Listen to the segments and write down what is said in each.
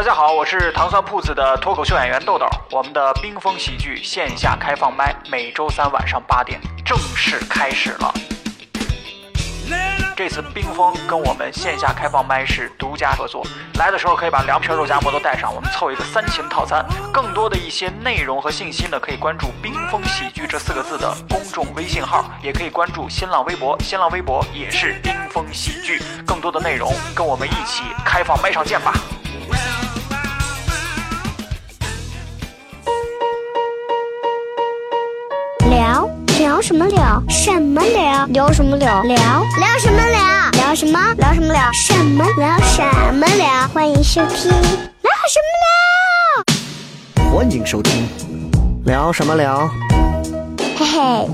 家好，我是糖蒜铺子的脱口秀演员豆豆。我们的冰封喜剧线下开放麦每周三晚上8点正式开始了。这次冰封跟我们线下开放麦是独家合作，来的时候可以把2瓶肉夹馍都带上，我们凑一个3秦套餐。更多的一些内容和信息呢，可以关注冰封喜剧这4个字的公众微信号，也可以关注新浪微博，新浪微博也是冰封喜剧。更多的内容跟我们一起开放麦上见吧。 聊什么聊？什么聊？聊什么聊？聊什么聊？聊什么？聊什么聊？什么聊？什么聊？欢迎收听聊什么聊？ 欢迎收听聊什么聊？ 嘿嘿。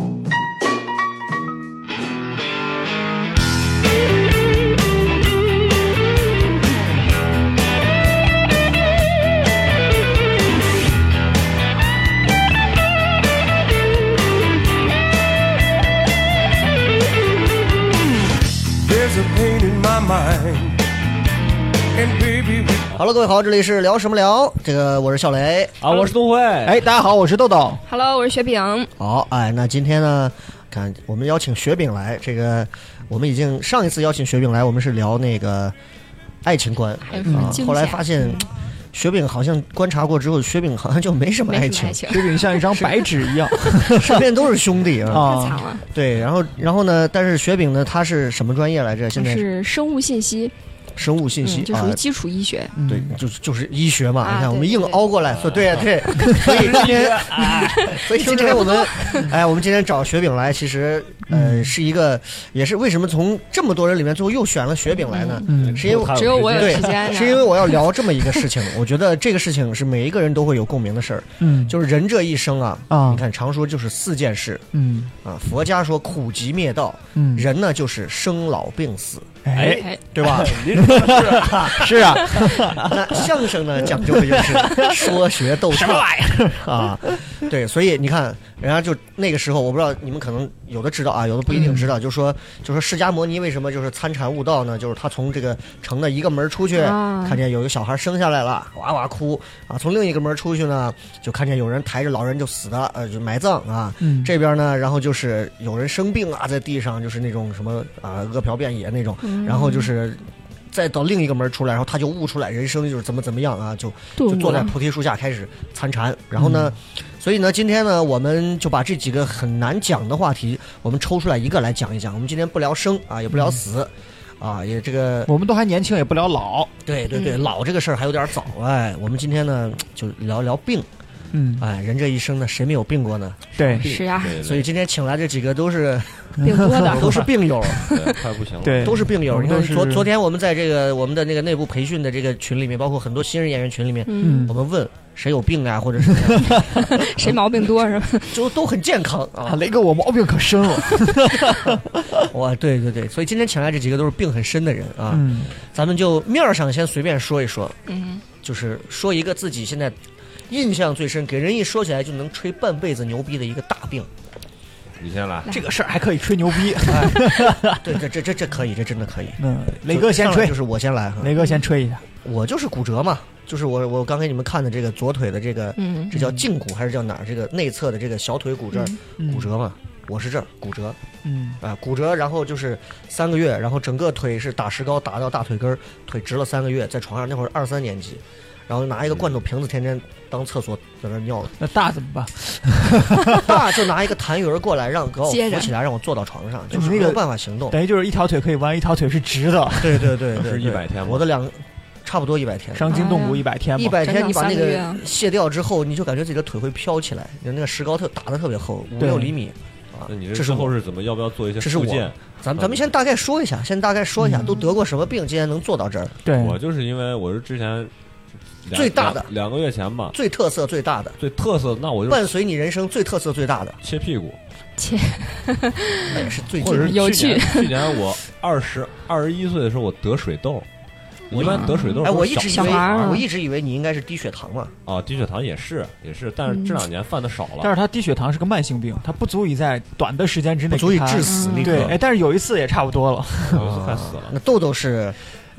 Hello， 各位好，这里是聊什么聊？这个我是笑雷啊，我是东辉。 哎，大家好，我是豆豆。 Hello， 我是雪饼。 好，哎，那今天呢，看我们邀请雪饼来，这个我们已经上一次邀请雪饼来，我们是聊那个爱情观啊，后来发现。雪饼好像观察过之后，雪饼好像就没什么爱情， 雪饼像一张白纸一样， 身边都是兄弟啊。 太惨了。 对，然后呢？但是雪饼呢，他是什么专业来着？现在是生物信息。 生物信息就属于基础医学， 对，就是医学嘛。你看我们硬凹过来，对，所以今天，所以今天我们，我们今天找雪饼来，其实是一个，也是为什么从这么多人里面最后又选了雪饼来呢？是因为只有我有时间， 是因为我要聊这么一个事情。我觉得这个事情是每一个人都会有共鸣的事儿。就是人这一生啊，你看常说就是4件事。佛家说苦集灭道。人呢就是生老病死。 哎， 对吧？ 是啊。 那相声呢，讲究的就是说学逗唱啊。对，所以你看，人家就那个时候，我不知道你们可能有的知道啊，有的不一定知道。就说释迦摩尼为什么就是参禅悟道呢？就是他从这个城的一个门出去，看见有一个小孩生下来了，哇哇哭啊；从另一个门出去呢，就看见有人抬着老人就死的，就埋葬啊。这边呢，然后就是有人生病啊，在地上就是那种什么啊饿殍遍野那种。然后就是再到另一个门出来，然后他就悟出来人生就是怎么样啊，就坐在菩提树下开始参禅。然后呢，所以呢，今天呢，我们就把这几个很难讲的话题，我们抽出来一个来讲一讲。我们今天不聊生啊，也不聊死。啊，也这个我们都还年轻，也不聊老。 对，老这个事儿还有点早。哎，我们今天呢就聊聊病。人这一生呢，谁没有病过呢？ 对， 是啊。 所以今天请来这几个都是病多的， 都是病友， 快不行了。 对， 都是病友。你看，昨天我们在这个我们的那个内部培训的这个群里面，包括很多新人演员群里面，我们问谁有病啊，或者是谁毛病多是吧？ 就都很健康啊。 雷哥，我毛病可深了。 哇，对，所以今天请来这几个都是病很深的人啊。咱们就面上先随便说一说，就是说一个自己现在印象最深，给人一说起来就能吹半辈子牛逼的一个大病。 你先来， 这个事儿还可以吹牛逼。 对，这可以，这真的可以。 雷哥先吹， 就是我先来。 雷哥先吹一下。 我就是骨折嘛，就是我刚给你们看的这个左腿的这个，这叫胫骨还是叫哪儿？这个内侧的这个小腿骨这儿骨折嘛，我是这儿骨折。骨折，然后就是3个月，然后整个腿是打石膏打到大腿根，腿直了3个月，在床上那会儿2、3年级。然后拿一个罐头瓶子天天当厕所在那尿。 那大怎么办？ 大就拿一个痰盂过来给我扶起来，让我坐到床上，就是没有办法行动。 等于就是一条腿可以弯，一条腿是直的。 对， 是100天吗？ 我的差不多100天， 伤筋动骨100天嘛。 100天你把那个卸掉之后，你就感觉自己的腿会飘起来，那个石膏打得特别厚，5、6厘米。 那你这之后是怎么？要不要做一些复健？ 咱们先大概说一下，都得过什么病，今天能做到这儿？ 对， 我就是因为我是之前。 最大的 2个月前吧， 最特色最大的， 那我就伴随你人生最特色最大的切屁股， 那也是最或者是有趣。 去年我21岁的时候，我得水痘。一般得水痘， 我一直以为你应该是低血糖嘛。 啊，低血糖也是，但是这2年犯的少了。 但是他低血糖是个慢性病，他不足以在短的时间之内不足以致死。 对，但是有一次也差不多了， 快死了。 那豆豆是。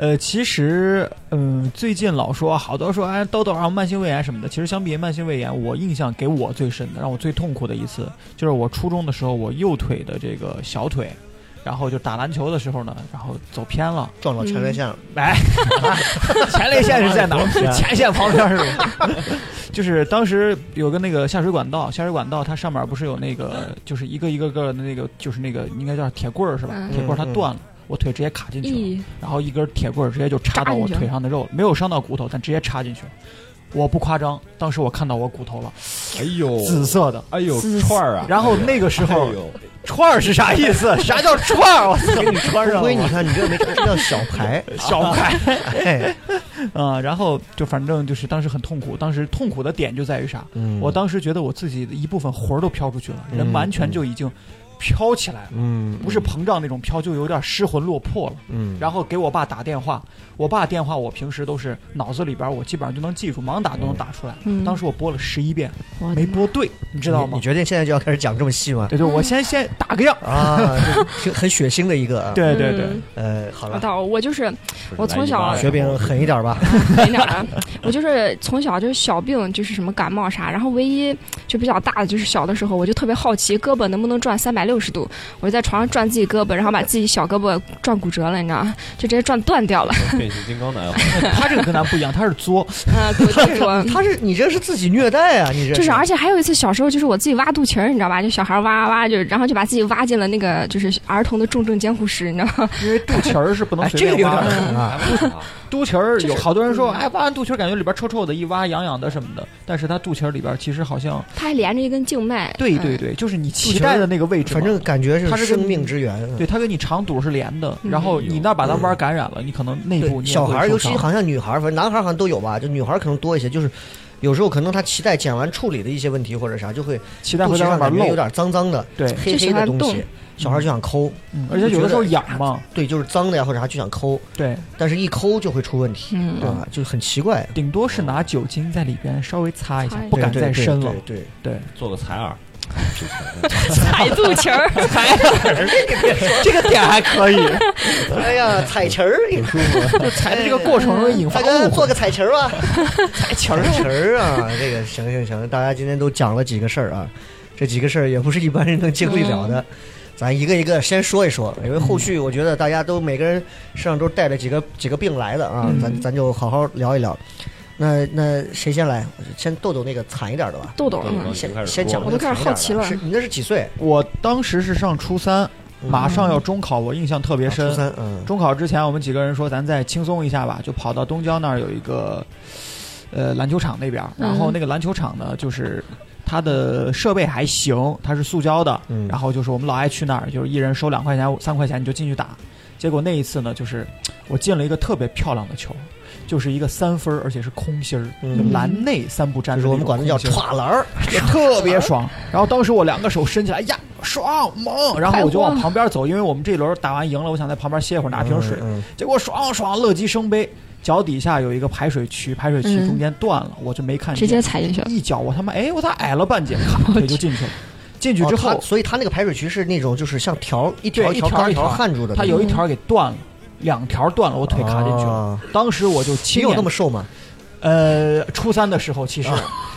其实，最近老说好多说豆豆慢性胃炎什么的。其实相比于慢性胃炎，我印象给我最深的，让我最痛苦的一次，就是我初中的时候，我右腿的这个小腿，然后就打篮球的时候呢，然后走偏了， 撞到前列腺了。 哎，前列腺是在哪？前线旁边是吧？就是当时有个那个下水管道它上面不是有那个，就是一个一个的那个，就是那个应该叫铁棍儿是吧？铁棍儿它断了。我腿直接卡进去了，然后一根铁棍直接就插到我腿上的肉，没有伤到骨头，但直接插进去了。我不夸张，当时我看到我骨头了， 哎呦， 紫色的， 哎呦，串儿啊！ 然后那个时候，串儿是啥意思？啥叫串儿？我给你穿上了。 所以你看，你这个没看，这叫小排， 小排。 哎， 然后就反正就是当时很痛苦，当时痛苦的点就在于啥？我当时觉得我自己的一部分魂儿都飘出去了，人完全就已经飘起来了，不是膨胀那种飘，就有点失魂落魄了。然后给我爸打电话，我爸电话我平时都是脑子里边我基本上就能记住，盲打都能打出来。当时我拨了11遍，没拨对，你知道吗？ 你决定现在就要开始讲这么细吗？ 对，我先打个样啊，很血腥的一个。 对对对， 好了， 我就是我从小雪饼狠一点吧， 狠一点啊！我就是从小就是小病，就是什么感冒啥，然后唯一就比较大的就是小的时候，我就特别好奇胳膊能不能转360度，我就在床上转自己胳膊，然后把自己小胳膊转骨折了，你知道吗？就直接转断掉了。 变形金刚男孩， 他这个跟咱不一样，他是作他是你这是自己虐待啊！你这就是，而且还有一次小时候就是我自己挖肚脐儿，你知道吧？就小孩挖就然后就把自己挖进了那个就是儿童的重症监护室，你知道吗？ 因为肚脐儿是不能随便挖的啊。 肚脐儿有好多人说，哎，挖完肚脐儿感觉里边臭臭的，一挖痒痒的什么的。但是它肚脐儿里边其实好像它还连着一根静脉。 对对对，就是你脐带的那个位置， 反正感觉是生命之源。 对，它跟你肠肚是连的，然后你那把它弯感染了，你可能内部小孩，尤其好像女孩，反正男孩好像都有吧，就女孩可能多一些，就是。有时候可能他脐带剪完处理的一些问题或者啥，就会脐带会在外面漏， 有点脏脏的， 对， 黑黑的东西，小孩就想抠， 而且有的时候痒嘛， 对，就是脏的呀或者啥就想抠， 对， 但是一抠就会出问题，啊，就很奇怪。 顶多是拿酒精在里边稍微擦一下，不敢再深了， 对， 做个采耳。 踩肚脐儿， 踩这个点还可以。 哎呀，踩旗儿也舒服， 就踩的这个过程容易引发误会。 做个踩旗儿吧， 踩旗儿啊，这个行，大家今天都讲了几个事儿啊，这几个事儿也不是一般人能经历了的，咱一个一个先说一说，因为后续我觉得大家都每个人身上都带着几个病来的啊，咱就好好聊一聊。那谁先来？先豆豆那个惨一点的吧。 豆豆， 先讲。 我都开始好奇了。 你那是几岁？ 我当时是上初3，马上要中考，我印象特别深。 初3， 中考之前，我们几个人说咱再轻松一下吧，就跑到东郊那儿有一个篮球场那边，然后那个篮球场呢，就是它的设备还行，它是塑胶的，然后就是我们老爱去那儿，就是一人收2块钱、3块钱你就进去打。结果那一次呢，就是我进了一个特别漂亮的球。就是一个3分，而且是空心儿，就篮内3不沾， 就是我们管它叫歘篮儿， 特别爽。然后当时我2个手伸起来，呀，爽猛！然后我就往旁边走，因为我们这轮打完赢了，我想在旁边歇一会儿拿瓶水。结果爽，乐极生悲，脚底下有一个排水区中间断了，我就没看见， 直接踩进去了， 一脚我他妈我咋矮了半截，咔腿就进去了。进去之后， 所以它那个排水渠是那种就是像一条焊住的， 它有一条给断了。2条断了，我腿卡进去了。当时我就亲眼。 你有那么瘦吗？ 初3的时候其实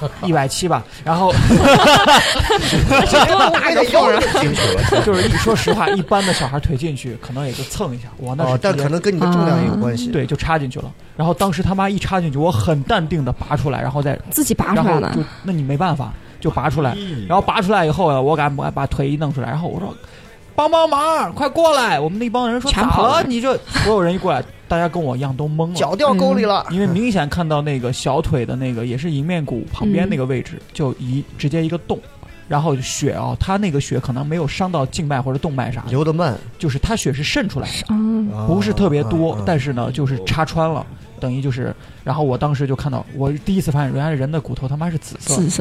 170吧，然后大个缝儿进去了。 就是说实话，一般的小孩腿进去可能也就蹭一下，我那是但可能跟你的重量也有关系。 对，就插进去了。然后当时他妈一插进去，我很淡定的拔出来，然后再自己拔出来了。 那你没办法，就拔出来。然后拔出来以后我敢把腿一弄出来，然后我说。帮忙，快过来！我们那帮人说咋了？你这所有人一过来，大家跟我一样都懵了， 脚掉沟里了。 因为明显看到那个小腿的那个也是迎面骨旁边那个位置，就直接一个洞，然后血啊，他那个血可能没有伤到静脉或者动脉啥的， 流得慢， 就是他血是渗出来的，不是特别多，但是呢，就是插穿了。等于就是，然后我当时就看到，我第一次发现原来人的骨头他妈是紫色， 对，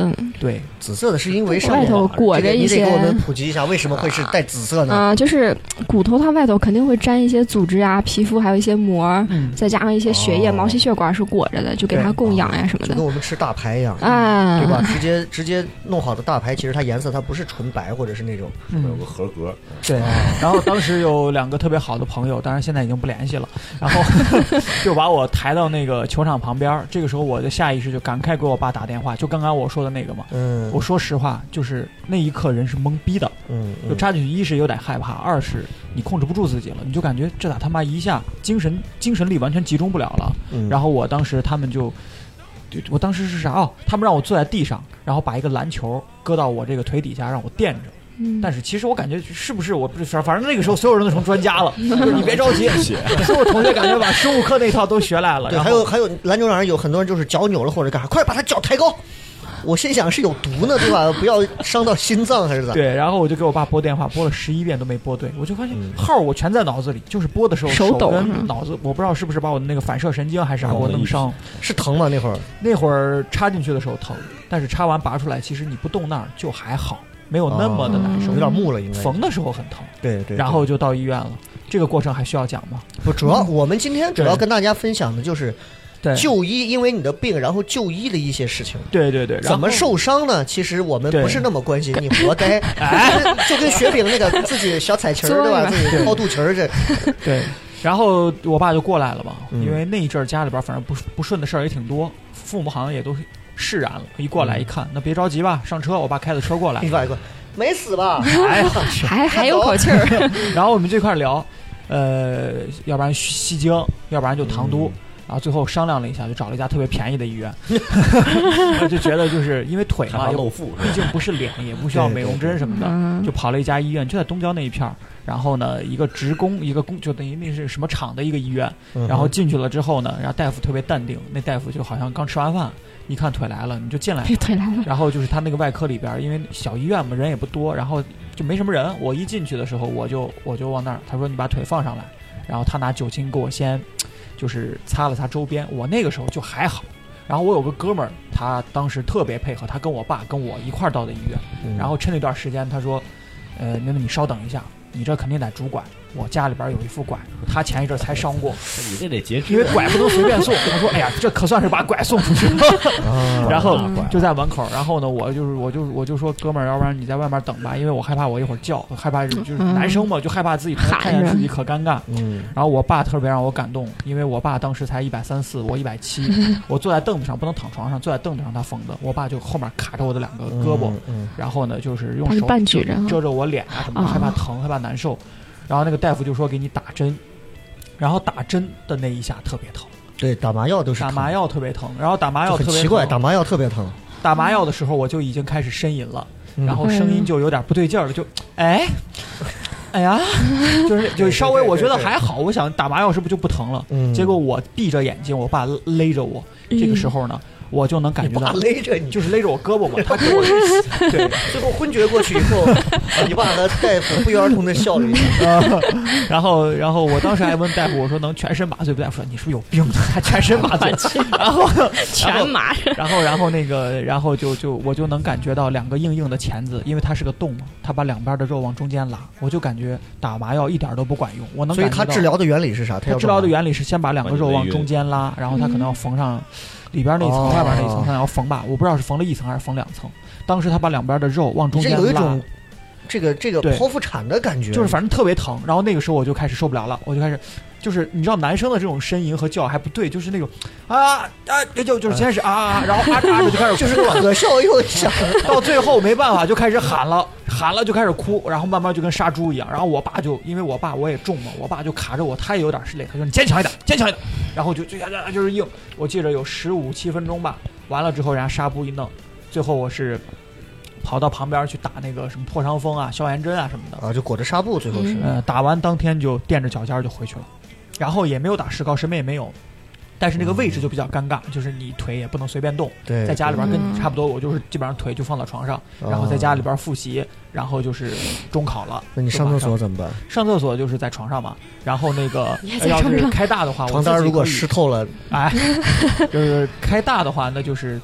对， 紫色的是因为上外头裹着一些， 你得给我们普及一下为什么会是带紫色呢？ 就是骨头它外头肯定会沾一些组织啊、皮肤，还有一些膜，再加上一些血液、毛细血管是裹着的，就给它供氧呀什么的。 就跟我们吃大排一样，对吧？直接弄好的大排，其实它颜色它不是纯白或者是那种有个合格。 对，然后当时有2个特别好的朋友，当然现在已经不联系了，然后就把我抬到那个球场旁边。这个时候我的下意识就赶快给我爸打电话，就刚刚我说的那个嘛。我说实话，就是那一刻人是懵逼的。就插进去，一是有点害怕，二是你控制不住自己了，你就感觉这咋他妈一下精神力完全集中不了了。然后我当时我当时是啥？他们让我坐在地上，然后把一个篮球搁到我这个腿底下让我垫着。但是其实我感觉是不是我不是，反正那个时候所有人都成专家了，就是你别着急，所有同学感觉把生物课那套都学来了。 对，还有篮球场上有很多人就是脚扭了或者干啥，快把他脚抬高。我心想是有毒呢，对吧？不要伤到心脏还是咋？ 对，然后我就给我爸拨电话，拨了11遍都没拨对，我就发现号我全在脑子里，就是拨的时候手抖跟脑子，我不知道是不是把我的那个反射神经还是啥给我弄伤。 是疼吗？那会儿插进去的时候疼，但是插完拔出来，其实你不动那儿就还好，没有那么的难受， 有点木了应该。 缝的时候很疼， 对， 然后就到医院了。这个过程还需要讲吗？ 不，主要我们今天主要跟大家分享的就是。就医，因为你的病，然后就医的一些事情。 对， 怎么受伤呢？其实我们不是那么关心，你活该。就跟雪饼那个自己小彩旗儿对吧？自己掏肚脐儿这。 对，然后我爸就过来了嘛，因为那一阵家里边反正不顺的事儿也挺多，父母好像也都释然了。一过来一看，那别着急吧，上车，我爸开的车过来。 没死吧？ 还有口气儿。 然后我们这块聊，要不然西京，要不然就唐都。然后最后商量了一下，就找了一家特别便宜的医院，就觉得就是因为腿嘛，毕竟不是脸，也不需要美容针什么的，就跑了一家医院，就在东郊那一片儿。然后呢，一个就等于那是什么厂的一个医院。然后进去了之后呢，然后大夫特别淡定，那大夫就好像刚吃完饭，一看腿来了，你就进来了。 腿来了。 然后就是他那个外科里边，因为小医院嘛，人也不多，然后就没什么人。我一进去的时候，我就往那儿，他说你把腿放上来，然后他拿酒精给我先。就是擦了擦周边，我那个时候就还好。然后我有个哥们儿，他当时特别配合，他跟我爸跟我一块儿到的医院。然后趁那段时间，他说：“那你稍等一下，你这肯定得拄拐。我家里边有一副拐，他前一阵才伤过。 你这得截肢， 因为拐不能随便送。”他说：“哎呀，这可算是把拐送出去了。”然后就在门口，然后呢，我就说哥们儿，要不然你在外面等吧，因为我害怕我一会儿叫，害怕就是男生嘛，就害怕自己看见自己可尴尬。然后我爸特别让我感动，因为我爸当时才134，我170，我坐在凳子上不能躺床上，坐在凳子上他缝的，我爸就后面卡着我的2个胳膊，然后呢就是用手遮着我脸啊什么的，害怕疼，害怕难受。然后那个大夫就说给你打针，然后打针的那一下特别疼。 对，打麻药都是打麻药特别疼，然后打麻药特别疼， 很奇怪，打麻药特别疼。 打麻药的时候我就已经开始呻吟了，然后声音就有点不对劲儿了，就哎呀，就稍微我觉得还好，我想打麻药是不是就不疼了？结果我闭着眼睛，我爸勒着我，这个时候呢。我就能感觉到勒着你， 就是勒着我胳膊嘛。他给我对， 最后昏厥过去以后，你爸和大夫不约而同的笑了一下。 然后我当时还问大夫，我说能全身麻醉不？大夫说你是不是有病的？还全身麻醉？然后全麻。 然后那个，然后我就能感觉到2个硬硬的钳子，因为它是个洞嘛，他把两边的肉往中间拉，我就感觉打麻药一点都不管用。我能感觉到。 所以他治疗的原理是啥？ 他治疗的原理是先把2个肉往中间拉，然后他可能要缝上。里边那一层，外边那一层，他要缝吧，我不知道是缝了1层还是缝2层。当时他把两边的肉往中间拉， 有一种这个剖腹产的感觉， 就是反正特别疼。然后那个时候我就开始受不了了，我就开始就是你知道男生的这种呻吟和叫还不对，就是那种就是先是然后就开始哭了， 就是可笑又想， 到最后没办法就开始喊了就开始哭，然后慢慢就跟杀猪一样。然后我爸就因为我也重嘛，我爸就卡着我，他也有点累，他说你坚强一点，然后就是硬。我记着有15-7分钟吧，完了之后人家纱布一弄，最后我是跑到旁边去打那个什么破伤风啊、消炎针啊什么的就裹着纱布，最后是打完当天就垫着脚尖就回去了，然后也没有打石膏，什么也没有。但是那个位置就比较尴尬，就是你腿也不能随便动。 对， 在家里边跟你差不多，我就是基本上腿就放到床上，然后在家里边复习，然后就是中考了。 那你上厕所怎么办？ 上厕所就是在床上嘛，然后那个要是开大的话， 床单如果湿透了， 就是开大的话，那就是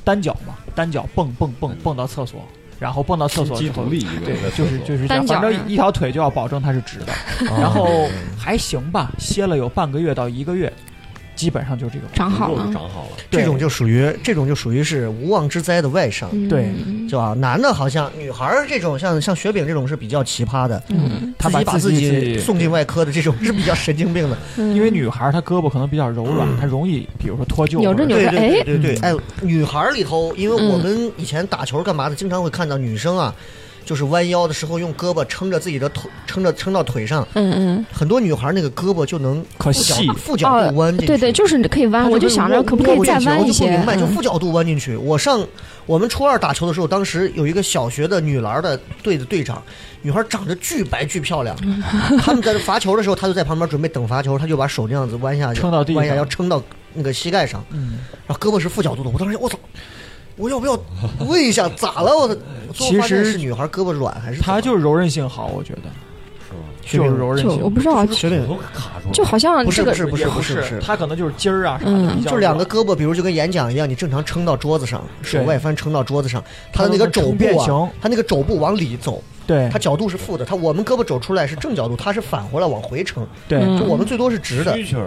单脚嘛，单脚蹦到厕所，然后蹦到厕所之后， 独立一个， 对，就是这样， 单脚反正一条腿就要保证它是直的，然后还行吧，歇了有半个月到1个月。基本上就这个长好了， 长好了。 这种就属于是无妄之灾的外伤， 对， 是吧？男的好像女孩这种像雪饼这种是比较奇葩的，他把自己送进外科的这种是比较神经病的， 因为女孩她胳膊可能比较柔软，她容易比如说脱臼， 扭着， 对，哎，女孩里头，因为我们以前打球干嘛的，经常会看到女生啊。就是弯腰的时候用胳膊撑着自己的腿，撑到腿上。很多女孩那个胳膊就能可细， 副角度弯进去。 对，就是可以弯。我就想着可不可以再弯一些？ 我就不明白，就副角度弯进去。我们初2打球的时候，当时有一个小学的女篮的队的队长，女孩长得巨白巨漂亮。他们在罚球的时候，她就在旁边准备等罚球，她就把手这样子弯下去， 撑到地上， 弯下要撑到那个膝盖上。然后胳膊是副角度的。我当时我操！我要不要问一下咋了？我其实是女孩胳膊软还是？ 她就是柔韧性好，我觉得就是柔韧性。 我不知道，就好像不是， 她可能就是筋儿啊啥的， 就两个胳膊，比如就跟演讲一样，你正常撑到桌子上，手外翻撑到桌子上，她的那个肘部啊，她那个肘部往里走。 对， 它角度是负的，我们胳膊肘出来是正角度，它是反回来往回撑。 对， 就我们最多是直的。 虚曲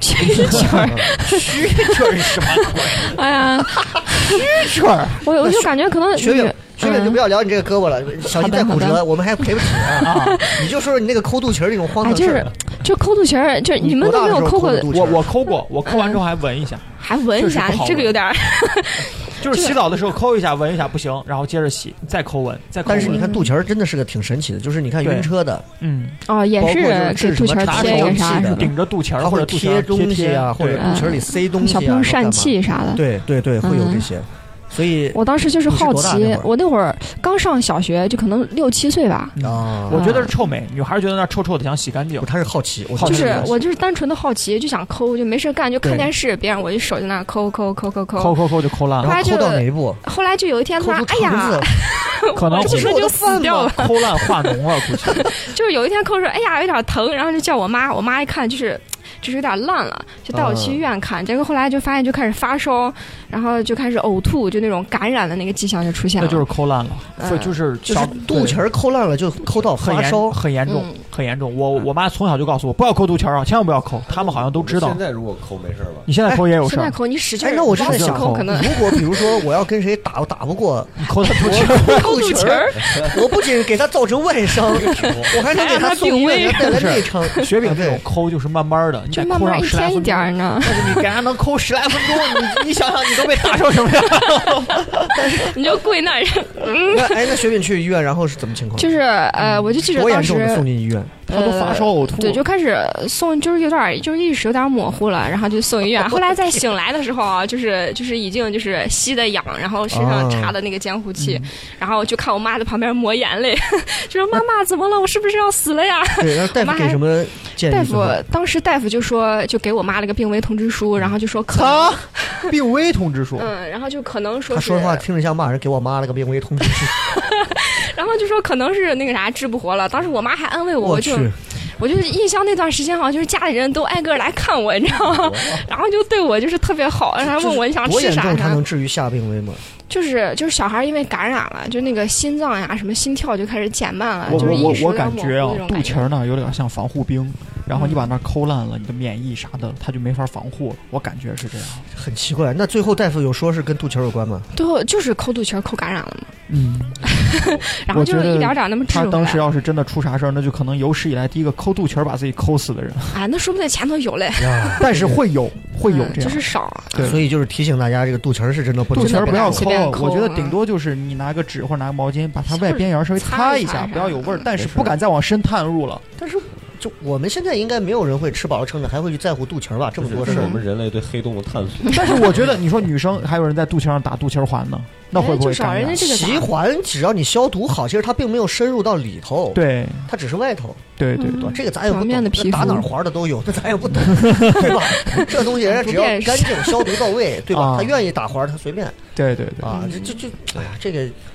是什么鬼？ 哎呀， 虚曲， 我就感觉可能学员就不要聊你这个胳膊了，小心再骨折，我们还赔不起啊！你就说你那个抠肚脐儿那种荒唐事儿， 就抠肚脐儿，就你们都没有抠过， 我抠过，我抠完之后还闻一下， 这个有点。 就是洗澡的时候抠一下闻一下不行，然后接着洗，再抠闻，再抠闻。 但是你看肚脐儿真的是个挺神奇的，就是你看晕车的， 也是给肚脐贴一个啥， 顶着肚脐或者贴东西啊，或者肚脐里塞东西， 小朋友疝气啥的， 对，会有这些。所以我当时就是好奇，我那会儿刚上小学，就可能6、7岁吧。 我觉得是臭美，女孩觉得那臭臭的想洗干净。 她是好奇， 我就是单纯的好奇，就想抠，就没事干就看电视，别人我就手在那抠就抠烂。 然后抠到哪一步？ 后来就有一天他哎呀， 可能这就死掉了， 抠烂化脓了，估计。 就是有一天抠说哎呀有点疼，然后就叫我妈一看就是有点烂了，就带我去医院看，结果后来就发现就开始发烧，然后就开始呕吐，就那种感染的那个迹象就出现了。 那就是抠烂了，就是肚脐抠烂了就抠到发烧， 很严重。我妈从小就告诉我不要抠肚脐啊，千万不要抠。他们好像都知道。 现在如果抠没事吧？ 你现在抠也有事。 现在抠你使劲。 那我真的想抠，可能如果比如说我要跟谁打不过， 抠他肚脐， 抠肚脐， 我不仅给他造成外伤，我还能给他送医院带来内伤。 雪饼这种抠就是慢慢的，你得抠上10来分钟。 一点呢， 但是你给人家能抠10来分钟，你想想你都被打成什么样？ 但是你就跪那儿。 那雪饼去医院，然后是怎么情况？ 就是我就记得当时多严重的送进医院， 他都发烧呕吐。 对，就开始送，就是有点就是意识有点模糊了，然后就送医院。后来再醒来的时候啊，就是已经就是吸的氧，然后身上插的那个监护器，然后就看我妈在旁边抹眼泪，就说妈妈怎么了？我是不是要死了呀？ 对，然后大夫给什么建议？ 当时大夫就说，就给我妈了个病危通知书，然后就说病危通知书， 然后就可能说他说话听着像骂人，给我妈了个病危通知书， 然后就说可能是那个啥治不活了。当时我妈还安慰我，我就印象那段时间好像就是家里人都挨个来看我，你知道吗？然后就对我就是特别好，然后问我你想吃啥？ 多严重才能至于下病危吗？ 就是小孩因为感染了，就那个心脏呀什么心跳就开始减慢了，就是意识我感觉啊，肚脐儿呢有点像防护冰，然后你把那抠烂了，你的免疫啥的它就没法防护了。我感觉是这样， 很奇怪。那最后大夫有说是跟肚脐有关吗？ 最后就是抠肚脐抠感染了嘛。然后就是一点点那么治回来。 他当时要是真的出啥事儿，那就可能有史以来第一个抠肚脐把自己抠死的人。 那说不定前头有嘞。 但是会有这样， 就是少。 对，所以就是提醒大家，这个肚脐是真的不能肚脐不要抠。我觉得顶多就是你拿个纸或者拿个毛巾把它外边缘稍微擦一下，不要有味儿，但是不敢再往深探入了。 但是就我们现在应该没有人会吃饱了撑着还会去在乎肚脐吧？这么多事儿，我们人类对黑洞的探索。 但是我觉得你说女生还有人在肚脐上打肚脐环呢，那会不会感染？ 脐环只要你消毒好，其实它并没有深入到里头， 对， 它只是外头。 对， 这个咱也不懂，打哪儿环的都有，这咱也不懂，对吧？这东西人家只要干净消毒到位，对吧？他愿意打环，他随便。 对啊，这哎呀，这个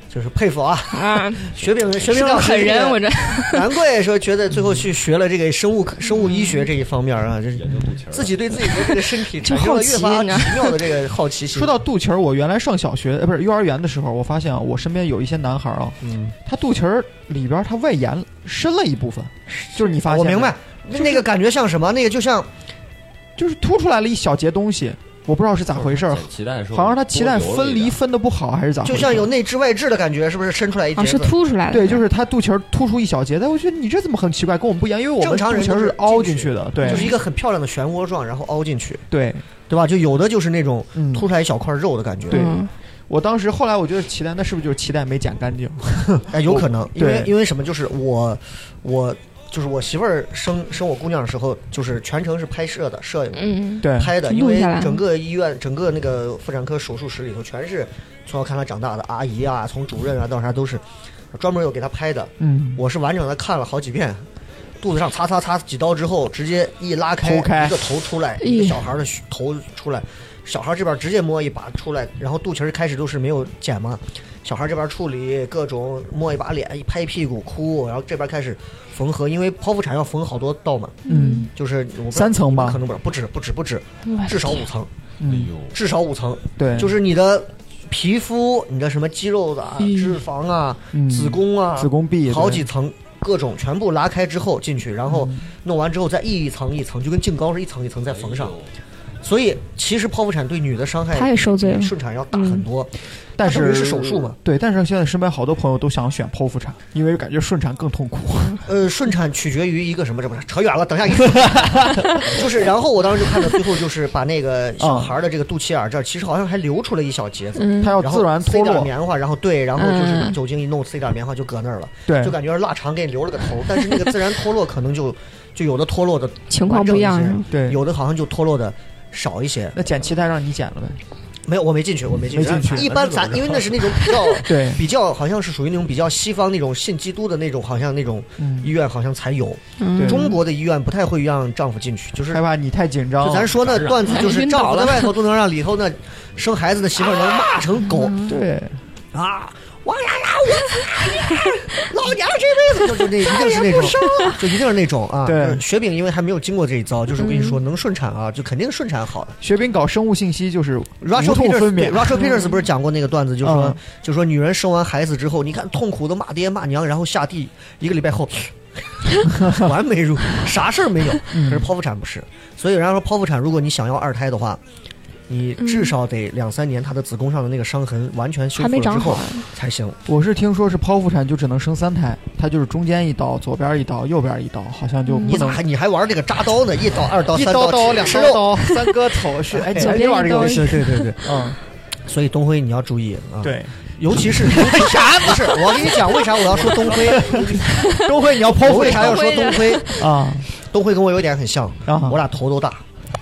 就是佩服啊！ 啊， 雪饼是个老师狠人，我这难怪说觉得最后去学了这个生物医学这一方面啊，就是研究肚脐儿自己对自己的这个身体产生了越发奇妙的这个好奇心。 说到肚脐儿，我原来上小学不是幼儿园的时候，我发现啊，我身边有一些男孩啊，他肚脐儿里边他外延深了一部分，就是你发现我明白，那个感觉像什么？那个就像就是凸出来了一小节东西。我不知道是咋回事，好像他脐带分离分的不好还是咋回事， 就像有内痔外痔的感觉，是不是伸出来一截子？ 是凸出来的。 对，就是他肚脐儿突出一小截，但我觉得你这怎么很奇怪，跟我们不一样，因为我们正常人肚脐儿是凹进去的，对， 就是一个很漂亮的漩涡状，然后凹进去， 对吧？就有的就是那种凸出来一小块肉的感觉。 对，我当时后来我觉得脐带，那是不是就是脐带没剪干净？ 哎，有可能，因为什么？就是我就是我媳妇儿生我姑娘的时候，就是全程是拍摄的，摄影， 对， 拍的，因为整个医院、整个那个妇产科手术室里头，全是从小看她长大的阿姨啊，从主任啊到啥都是专门有给她拍的。我是完整的看了好几遍，肚子上擦几刀之后，直接一拉开一个头出来，一个小孩的头出来，小孩这边直接摸一把出来，然后肚脐开始都是没有剪嘛。小孩这边处理各种摸一把脸，一拍屁股哭，然后这边开始缝合，因为剖腹产要缝好多道嘛，就是 3层吧， 可能不止，至少5层，至少5层， 对， 就是你的皮肤、你的什么肌肉的、脂肪啊、子宫啊、 子宫壁， 好几层，各种全部拉开之后进去，然后弄完之后再一层一层，就跟净膏是一层一层再缝上。所以其实剖腹产对女的伤害， 她也受罪了， 顺产要大很多。 但是手术嘛， 对，但是现在身边好多朋友都想选剖腹产，因为感觉顺产更痛苦。 顺产取决于一个什么？这不是扯远了，等一下就是，然后我当时就看到最后就是把那个小孩的这个肚脐眼这儿，其实好像还流出了一小节子， 他要自然脱落，塞点棉花，然后就是酒精一弄，塞点棉花就搁那儿了， 对， 就感觉腊肠给你留了个头，但是那个自然脱落可能就有的脱落的情况不一样， 对， 有的好像就脱落的少一些。 那剪脐带让你剪了呗？ 没有，我没进去。一般咱因为那是那种比较对比较好像是属于那种比较西方那种信基督的那种，好像那种医院好像才有。中国的医院不太会让丈夫进去，就是害怕你太紧张。 就咱说那段子，就是丈夫在外头都能让里头那生孩子的媳妇能骂成狗。 对啊。王丫丫，我老娘这辈子就那一定是那种，就一定是那种啊。 对， 雪饼因为还没有经过这一遭，就是我跟你说，能顺产啊，就肯定顺产好的。 雪饼搞生物信息就是无痛分娩。 Rachel Peters 不是讲过那个段子，就说女人生完孩子之后，你看痛苦的骂爹骂娘，然后下地1个礼拜后，完美如啥事儿没有。可是剖腹产不是，所以人家说剖腹产，如果你想要2胎的话。你至少得2-3年，他的子宫上的那个伤痕完全修复了之后才行。 我是听说是剖腹产就只能生3胎，它就是中间一刀，左边一刀，右边一刀，好像就不能。 你还玩这个扎刀呢？1刀、2刀、3刀、 2刀、3割头是哎， 左边玩这个游戏，对，所以东辉你要注意啊。 对， 尤其是啥？不是，我跟你讲，为啥我要说东辉？ 东辉你要剖腹， 为啥要说东辉啊？ 东辉跟我有点很像，我俩头都大。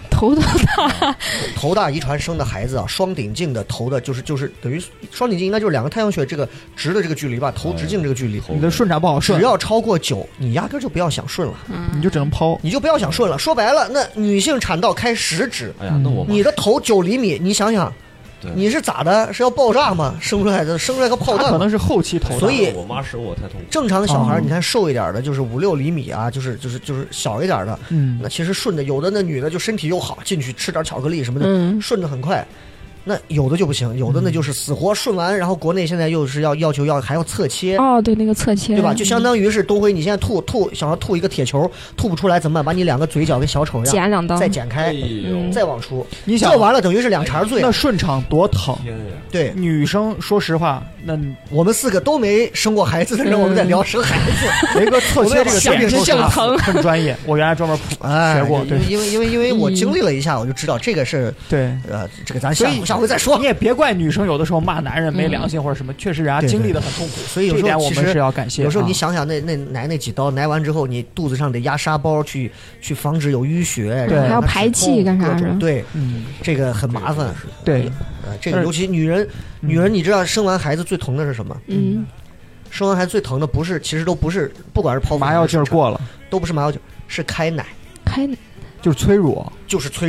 头大遗传生的孩子啊，双顶径的头的，就是等于双顶径应该就是2个太阳穴这个直的这个距离吧，头直径这个距离， 你的顺产不好顺， 只要超过9，你压根就不要想顺了， 你就只能剖， 你就不要想顺了。说白了，那女性产道开10指， 哎呀，那我你的头9厘米，你想想。你是咋的？是要爆炸吗？生出来个炮弹， 可能是后期头大。 所以我妈使我太痛苦。 正常小孩，你看瘦一点的，就是5-6厘米啊，就是小一点的。那其实顺的，有的那女的就身体又好，进去吃点巧克力什么的，顺的很快。那有的就不行，有的那就是死活顺完，然后国内现在又是要求还要侧切。 哦，对，那个侧切， 对吧？就相当于是东辉，你现在想要吐一个铁球，吐不出来怎么办？把你2个嘴角跟小丑一样， 剪2刀， 再剪开，再往出。 你想这完了等于是2茬罪。 那顺产多疼！ 对， 女生说实话，那我们4个都没生过孩子的人，我们在聊生孩子。 雷哥侧切这个想着就疼， 很专业。我原来专门学过，对， 因为我经历了一下，我就知道这个是对。 这个咱下回再说。 你也别怪女生有的时候骂男人没良心或者什么，确实人家经历的很痛苦， 所以有时候我们是要感谢。 有时候你想想那挨那几刀，挨完之后你肚子上得压沙包去防止有淤血， 对，还要排气干啥的， 对，这个很麻烦。 对， 这个尤其女人你知道生完孩子最疼的是什么？生完孩子最疼的其实都不是，不管是剖腹麻药劲儿过了， 都不是麻药劲，是开奶， 就是催乳， 就是催乳。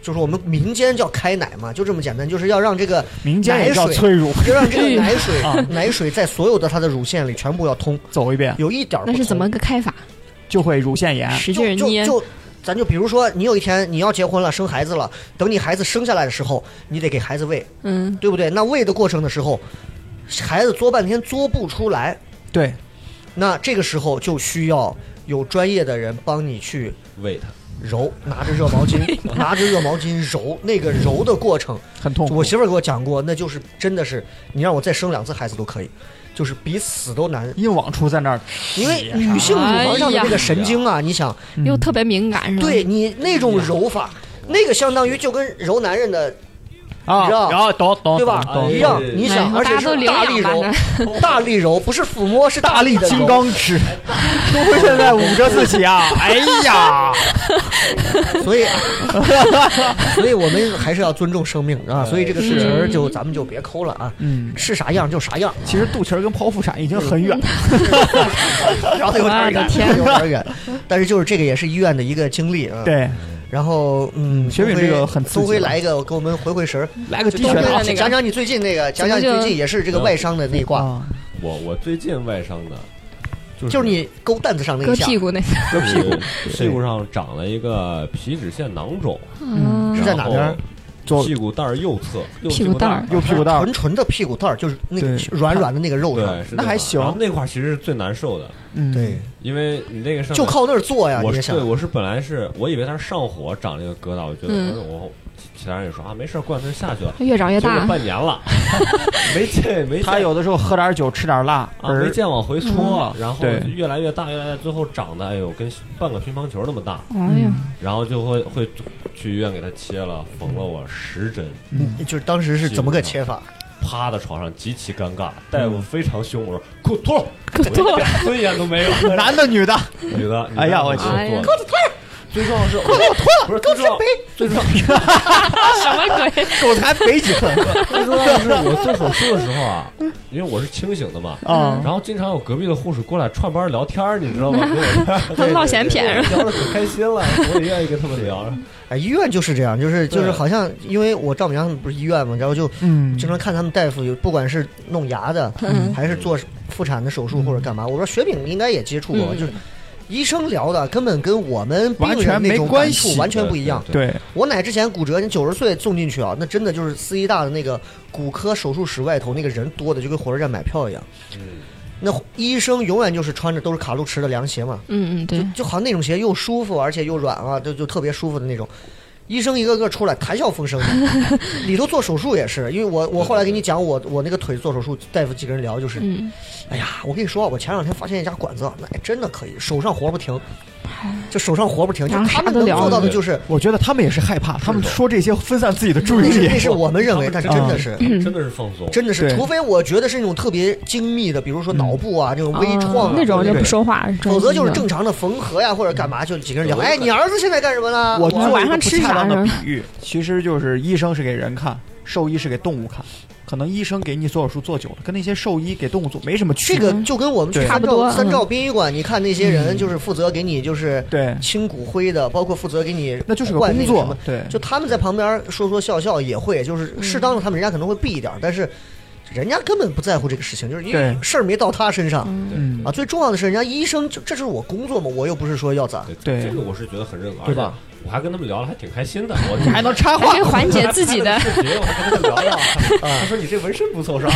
就是我们民间叫开奶嘛，就这么简单，就是要让这个民间也叫催乳， 就让这个奶水在所有的它的乳腺里全部要通走一遍， 有一点不通。 那是怎么个开法？ 就会乳腺炎， 使劲捏。 咱就比如说，你有一天你要结婚了，生孩子了，等你孩子生下来的时候，你得给孩子喂，对不对？那喂的过程的时候，孩子嘬半天嘬不出来， 对， 那这个时候就需要有专业的人帮你去喂他。 揉，拿着热毛巾揉，那个揉的过程很痛苦。 我媳妇儿给我讲过，那就是真的是，你让我再生2次孩子都可以，就是比死都难。 硬往出在那儿， 因为女性乳房上的那个神经啊，你想又特别敏感，是吧？ 对你那种揉法，那个相当于就跟揉男人的。 啊，然后懂， 对吧？一样，你想，而且是大力揉，大力揉，不是抚摸，是大力的金刚指，都会现在捂着自己啊！哎呀， 所以我们还是要尊重生命啊！所以这个事情咱们就别抠了啊！是啥样就啥样。 其实肚脐儿跟剖腹产已经很远， 然后有点远，但是就是这个也是医院的一个经历啊。 对。 然后雪饼这个很刺激， 东辉来一个给我们回神， 来个低血糖， 讲讲你最近那个，讲讲你最近也是这个外伤的那挂。 我最近外伤的， 就是你勾担子上那一下， 割屁股那个，屁股上长了一个皮脂腺囊肿， 是在哪边？ 屁股蛋右侧， 右屁股蛋， 纯的屁股蛋，就是那个软软的那个肉上， 那还行。 然后那块其实是最难受的， 对， 因为你那个上就靠那儿做呀。 我是本来我以为它是上火长这个疙瘩，我觉得我其他人也说啊没事，过两天下去了， 越长越大， 半年了，没见。 他有的时候喝点酒，吃点辣， 没见往回搓，然后越来越大，最后长得跟半个乒乓球那么大，然后就会去医院给他切了，缝了我10针。 就是当时是怎么个切法？ 趴在床上极其尴尬，大夫非常凶，我说裤子脱了，尊严都没有。 男的女的？ 女的。 哎呀，我去， 裤子脱了。 最重要是， 裤子我脱了， 不是狗才背， 最重要什么鬼？ 狗才背几分？ 最重要是我做手术的时候啊，因为我是清醒的嘛，然后经常有隔壁的护士过来串班聊天，你知道吗？ 唠闲谝， 聊得可开心了，我也愿意跟他们聊。 哎，医院就是这样，就是好像，因为我丈母娘他们不是医院嘛，然后就经常看他们大夫有，不管是弄牙的，还是做妇产的手术或者干嘛，我说雪饼应该也接触过，就是。医生聊的根本跟我们病人那种感触完全不一样。 对， 我奶之前骨折，你90岁送进去啊，那真的就是四医大的那个骨科手术室外头那个人多的就跟火车站买票一样。那医生永远就是穿着都是卡路驰的凉鞋嘛， 对， 就好像那种鞋又舒服而且又软啊，就特别舒服的那种。医生一个个出来谈笑风生的，里头做手术也是，因为我后来给你讲我那个腿做手术，大夫几个人聊就是，哎呀，我跟你说，我前2天发现一家馆子，那真的可以，手上活不停，就手上活不停，就他们能做到的就是， 我觉得他们也是害怕，他们说这些分散自己的注意力， 那是我们认为，但真的是真的是放松， 真的是，除非我觉得是那种特别精密的，比如说脑部啊这种微创那种就不说话， 否则就是正常的缝合呀或者干嘛，就几个人聊，哎，你儿子现在干什么呢？ 我晚上吃啥呢？比喻其实就是医生是给人看，兽医是给动物看。可能医生给你做手术做久了，跟那些兽医给动物做没什么区别。 这个就跟我们去三兆殡仪馆，你看那些人就是负责给你就是清骨灰的，包括负责给你那就是个工作，对， 就他们在旁边说笑也会，就是适当的他们人家可能会避一点，但是人家根本不在乎这个事情，就是因为事儿没到他身上啊。最重要的是人家医生，这是我工作嘛，我又不是说要咋。 对，这个我是觉得很认可， 对吧？ 我还跟他们聊了，还挺开心的。 你还能插话， 还可以缓解自己的。 我还跟他们聊聊，他说你这纹身不错是吧？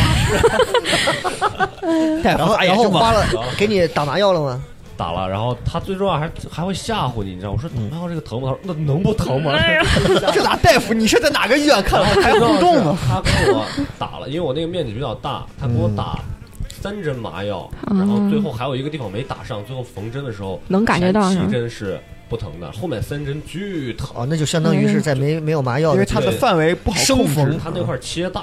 然后花了，给你打麻药了吗？ 打了，然后他最重要还会吓唬你，你知道？我说打麻药这个疼不疼？那能不疼吗？ 这哪大夫？你是在哪个医院看？还互动呢？ 他给我打了，因为我那个面积比较大，他给我打3针麻药，然后最后还有一个地方没打上，最后缝针的时候能感觉到 7针是不疼的，后面3针巨疼。 那就相当于是在没有麻药， 因为它的范围不好控制， 他那块切大了，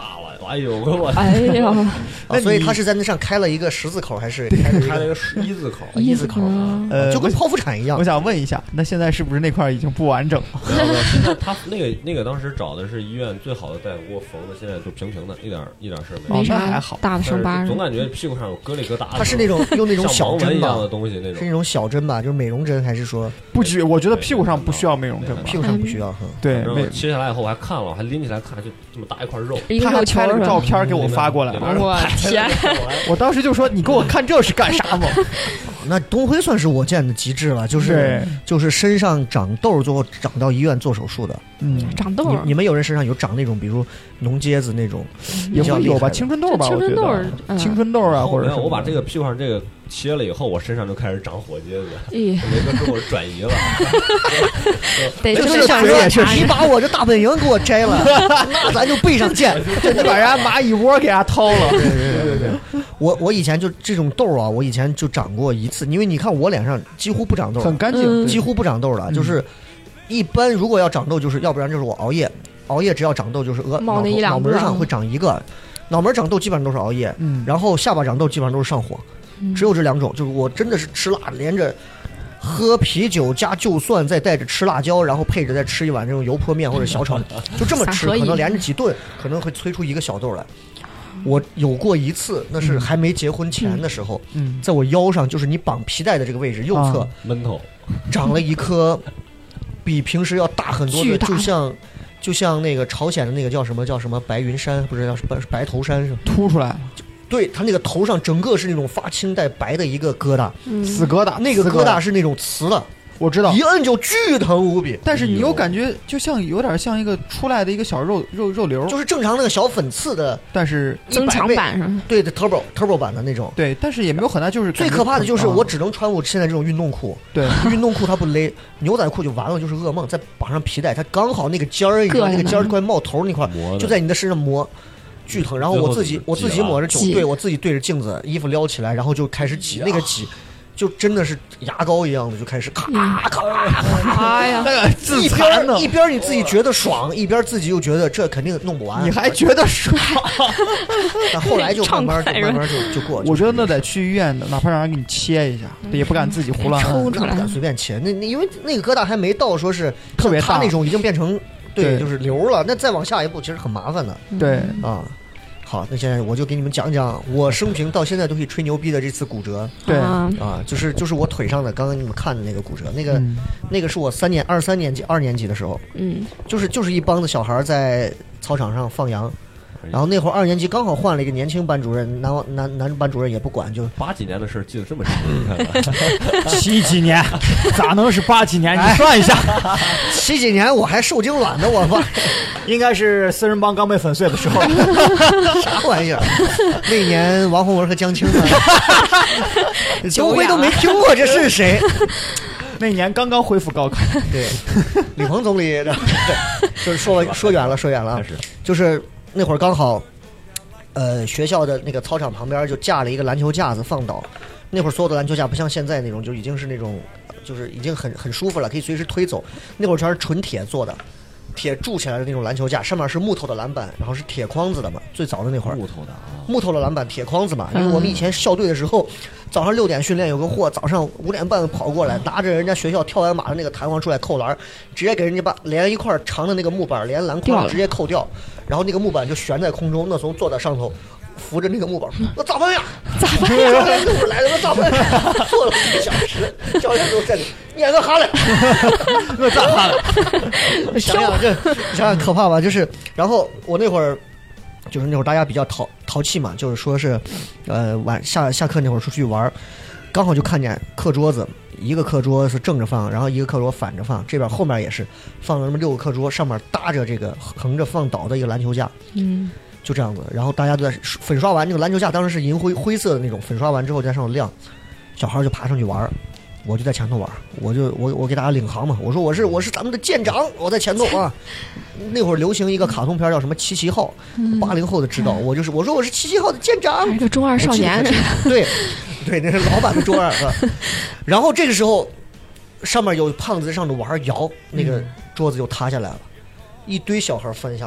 哎呦我， 哎呀， 所以他是在那上开了一个十字口，还是开了一个一字口？ 一字口， 就跟剖腹产一样。 我想问一下，那现在是不是那块已经不完整了？ 现在他那个当时找的是医院最好的大夫给我缝的，现在就平平的，一点事没有，啥还好， 大的伤疤， 总感觉屁股上有疙璃疙瘩。 它是那种用那种小针一样的东西，那种是那种小针吧？就是美容针还是说不需？我觉得屁股上不需要美容针， 屁股上不需要。 对， 切下来以后我还看了，我还拎起来看，就这么大一块肉。 他还拍了个照片给我发过来， 我天！ 我当时就说：“你给我看这是干啥嘛？” 那东辉算是我见的极致了，就是身上长痘，最后长到医院做手术的。 长痘。 你们有人身上有长那种，比如脓疖子那种， 也会有吧？青春痘吧？ 青春痘， 青春痘啊，或者我把这个屁股上这个切了以后，我身上就开始长火疖子，没个之后转移了。 对， 就是想说，你把我这大本营给我摘了，那咱就背上见， 真的把人家蚂蚁窝给人家掏了。 对，我以前就这种痘啊，我以前就长过一次，因为你看我脸上几乎不长痘， 很干净， 几乎不长痘了。就是一般如果要长痘，就是要不然就是我熬夜只要长痘就是脑门上会长一个，脑门长痘基本上都是熬夜，然后下巴长痘基本上都是上火，只有这两种。就是我真的是吃辣，连着喝啤酒加就蒜，再带着吃辣椒，然后配着再吃一碗这种油泼面或者小炒，就这么吃，可能连着几顿，可能会催出一个小痘来。我有过一次，那是还没结婚前的时候，在我腰上，就是你绑皮带的这个位置，右侧闷头长了一颗比平时要大很多的，就像那个朝鲜的那个叫什么白云山，不是叫白头山是凸出来。 对，他那个头上整个是那种发青带白的一个疙瘩， 死疙瘩， 那个疙瘩是那种瓷的。 我知道， 一摁就巨疼无比， 但是你又感觉就像有点像一个出来的一个小肉瘤， 就是正常那个小粉刺的， 但是增强版上， 对的 turbo 版的那种， 对，但是也没有很大，就是最可怕的就是我只能穿我现在这种运动裤， 对， 运动裤它不勒，牛仔裤就完了，就是噩梦，再绑上皮带，它刚好那个尖儿，那个尖儿快冒头那块就在你的身上磨。巨疼，然后我自己抹着酒，对我自己对着镜子，衣服撩起来，然后就开始挤，那个挤就真的是牙膏一样的，就开始咔咔， 哎呀， 自残呢， 一边你自己觉得爽，一边自己又觉得这肯定弄不完， 你还觉得爽， 但后来就慢慢就过去。 我觉得那得去医院的，哪怕让人给你切一下，也不敢自己胡乱抽出来， 不敢随便切。那因为那个疙瘩还没到说是特别大， 那种已经变成对就是瘤了，那再往下一步其实很麻烦的。 对啊。好，那现在我就给你们讲讲我生平到现在都可以吹牛逼的这次骨折。 对啊，就是我腿上的，刚刚你们看的那个骨折，那个是我2年级的时候，就是一帮子小孩在操场上放羊。然后那会儿2年级刚好换了一个年轻班主任，男班主任也不管，就 80几年的事记得这么清， 你看70几年，咋能是80几年？你算一下 ，70几年我还受精卵呢，我吧， 应该是四人帮刚被粉碎的时候， 啥玩意儿？那年王洪文和江青呢，周辉都没听过这是谁。 那年刚刚恢复高考， 对，李鹏总理，就是说远了，就是那会儿刚好，学校的那个操场旁边就架了一个篮球架子放倒。那会儿所有的篮球架不像现在那种，就已经是那种，就是已经很舒服了，可以随时推走。那会儿全是纯铁做的，铁铸起来的那种篮球架，上面是木头的篮板，然后是铁框子的嘛。最早的那会儿，木头的篮板，铁框子嘛。因为我们以前校队的时候，早上6点训练，有个货早上5点半跑过来，拿着人家学校跳完马的那个弹簧出来扣篮，直接给人家把连一块长的那个木板连篮筐直接扣掉，然后那个木板就悬在空中，那从坐在上头。扶着那个木板，我咋办呀？教练一会儿来了，我咋办？坐了1个小时，教练都在里撵个哈来， 那咋哈了？ 想想可怕吧？就是，然后我那会儿，就是那会儿大家比较淘气嘛，就是说是，下课那会儿出去玩，刚好就看见课桌子，一个课桌是正着放，然后一个课桌反着放，这边后面也是放了那么6个课桌，上面搭着这个横着放倒的一个篮球架，就这样子，然后大家都在粉刷完这个篮球架，当时是银灰色的那种，粉刷完之后在上头晾，小孩就爬上去玩，我就在前头玩，我给大家领航嘛，我说我是咱们的舰长，我在前头啊。那会儿流行一个卡通片叫什么七七号，80后的知道，我说我是7号的舰长， 一个中二少年， 对，那是老版的中二啊。然后这个时候，上面有胖子在上头玩摇，那个桌子就塌下来了，一堆小孩翻下来。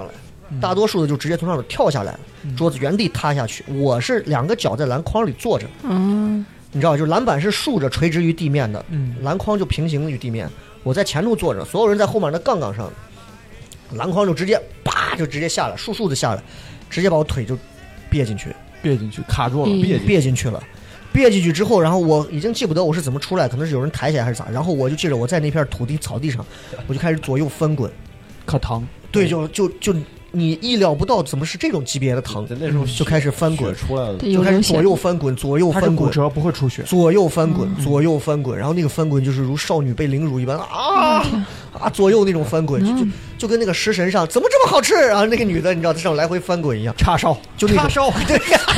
大多数的就直接从上面跳下来了，桌子原地塌下去。我是2个脚在篮筐里坐着，你知道，就篮板是竖着垂直于地面的，篮筐就平行于地面。我在前头坐着，所有人在后面的杠杠上，篮筐就直接啪就直接下来，簌的下来，直接把我腿就别进去， 卡住了， 别进去了。别进去之后，然后我已经记不得我是怎么出来，可能是有人抬起来还是咋，然后我就记着我在那片草地上，我就开始左右翻滚， 可疼。 对，就你意料不到怎么是这种级别的疼， 那时候就开始翻滚出来了， 就开始左右翻滚， 它是骨折不会出血， 左右翻滚，左右翻滚，然后那个翻滚就是如少女被凌辱一般左右那种翻滚，就跟那个食神上怎么这么好吃，然后那个女的你知道在上来回翻滚一样， 叉烧就那种叉烧， 对，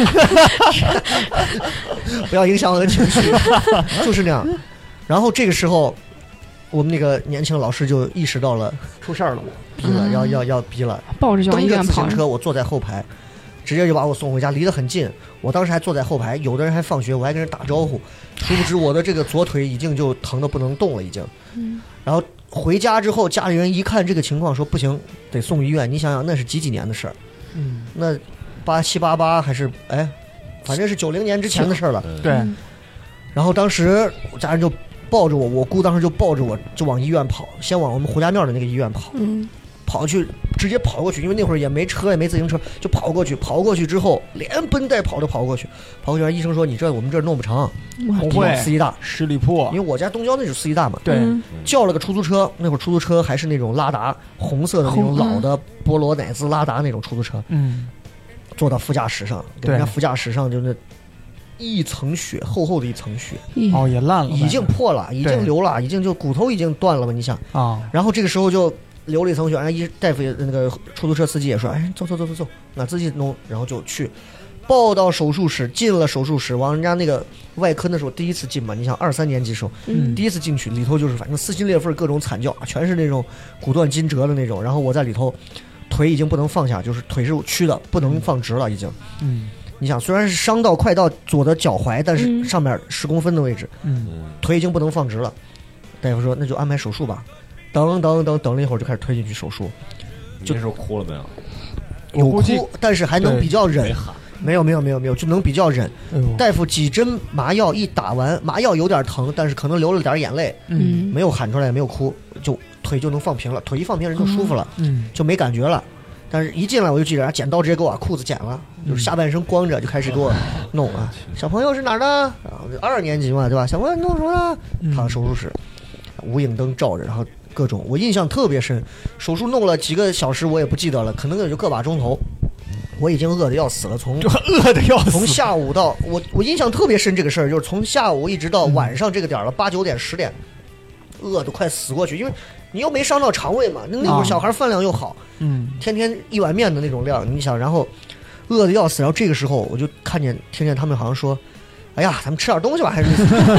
不要影响我的情绪，就是那样。然后这个时候，我们那个年轻老师就意识到了出事儿了， 逼了，要逼了， 抱着就往医院跑。 蹬着自行车，我坐在后排，直接就把我送回家，离得很近。我当时还坐在后排，有的人还放学，我还跟人打招呼。殊不知我的这个左腿已经就疼得不能动了，已经。然后回家之后，家里人一看这个情况，说不行，得送医院。你想想，那是几年的事儿？那87、88还是反正是90年之前的事儿了。 对。 然后当时我家人就抱着我，我姑当时就抱着我就往医院跑，先往我们胡家庙的那个医院跑，跑去直接跑过去，因为那会儿也没车也没自行车，就跑过去之后连奔带跑的跑过去，医生说你我们这弄不成， 红会四医大十里铺， 因为我家东郊那就是四医大嘛， 对， 叫了个出租车，那会儿出租车还是那种拉达红色的那种老的波罗乃兹拉达那种出租车，坐到副驾驶上，人家副驾驶上就那一层血，厚厚的一层血， 也烂了， 已经破了，已经流了，已经就骨头已经断了嘛，你想然后这个时候就流了一层血，大夫那个出租车司机也说，走，那自己弄，然后就去抱到手术室，进了手术室，往人家那个外科那时候第一次进嘛，你想23年级时候，第一次进去，里头就是反正撕心裂肺，各种惨叫，全是那种骨断筋折的那种，然后我在里头，腿已经不能放下，就是腿是曲的，不能放直了，已经，你想，虽然是伤到快到左的脚踝，但是上面10公分的位置，腿已经不能放直了。大夫说那就安排手术吧。等了一会儿就开始推进去手术。 这时候哭了没有？ 有哭，但是还能比较忍。没有，就能比较忍。大夫几针麻药一打完，麻药有点疼，但是可能流了点眼泪，没有喊出来，没有哭，就腿就能放平了。腿一放平人就舒服了，就没感觉了。但是一进来我就记得剪刀直接给我把裤子剪了，就是下半身光着就开始给我弄啊。小朋友是哪儿的？2年级嘛，对吧？小朋友弄什么呢？躺手术室，无影灯照着，然后各种，我印象特别深。手术弄了几个小时，我也不记得了，可能也就个把钟头。我已经饿得要死了，从下午到我印象特别深这个事儿，就是从下午一直到晚上这个点了，8、9点、10点，饿得快死过去，因为你又没伤到肠胃嘛，那会儿小孩饭量又好，天天一碗面的那种量，你想，然后饿得要死，然后这个时候我就听见他们好像说，哎呀，咱们吃点东西吧，还是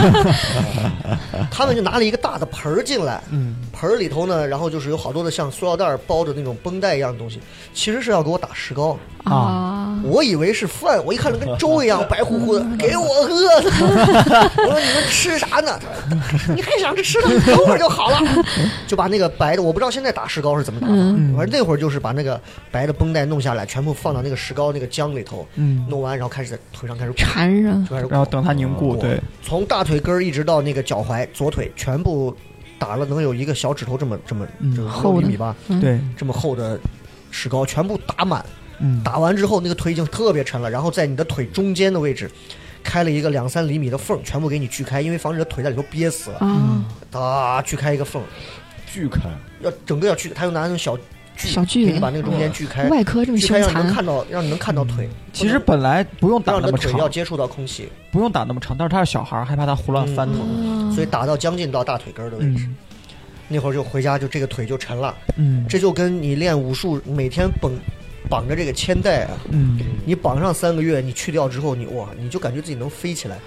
他们就拿了一个大的盆儿进来，盆儿里头呢，然后就是有好多的像塑料袋包的那种绷带一样的东西，其实是要给我打石膏啊。我以为是饭，我一看跟粥一样白乎乎的，给我饿的。我说你们吃啥呢？你还想着吃呢？等会儿就好了。就把那个白的，我不知道现在打石膏是怎么打的，反正那会儿就是把那个白的绷带弄下来，全部放到那个石膏那个浆里头，弄完然后开始在腿上开始缠上， 然后等它凝固。对， 从大腿根一直到那个脚踝，左腿全部打了能有一个小指头这么6厘米吧， 对， 这么厚的石膏全部打满。打完之后那个腿已经特别沉了，然后在你的腿中间的位置开了一个2、3厘米的缝，全部给你锯开，因为防止腿在里头憋死了。锯开一个缝， 锯开， 整个要锯，他又拿那种小锯给你把那个中间锯开， 外科这么凶残， 让你能看到腿。 其实本来不用打那么长， 要接触到空气， 不用打那么长，但是他是小孩，害怕他胡乱翻腾， 所以打到将近到大腿根的位置。那会儿就回家，就这个腿就沉了。这就跟你练武术每天绑着这个铅带啊，你绑上3个月，你去掉之后，你就感觉自己能飞起来，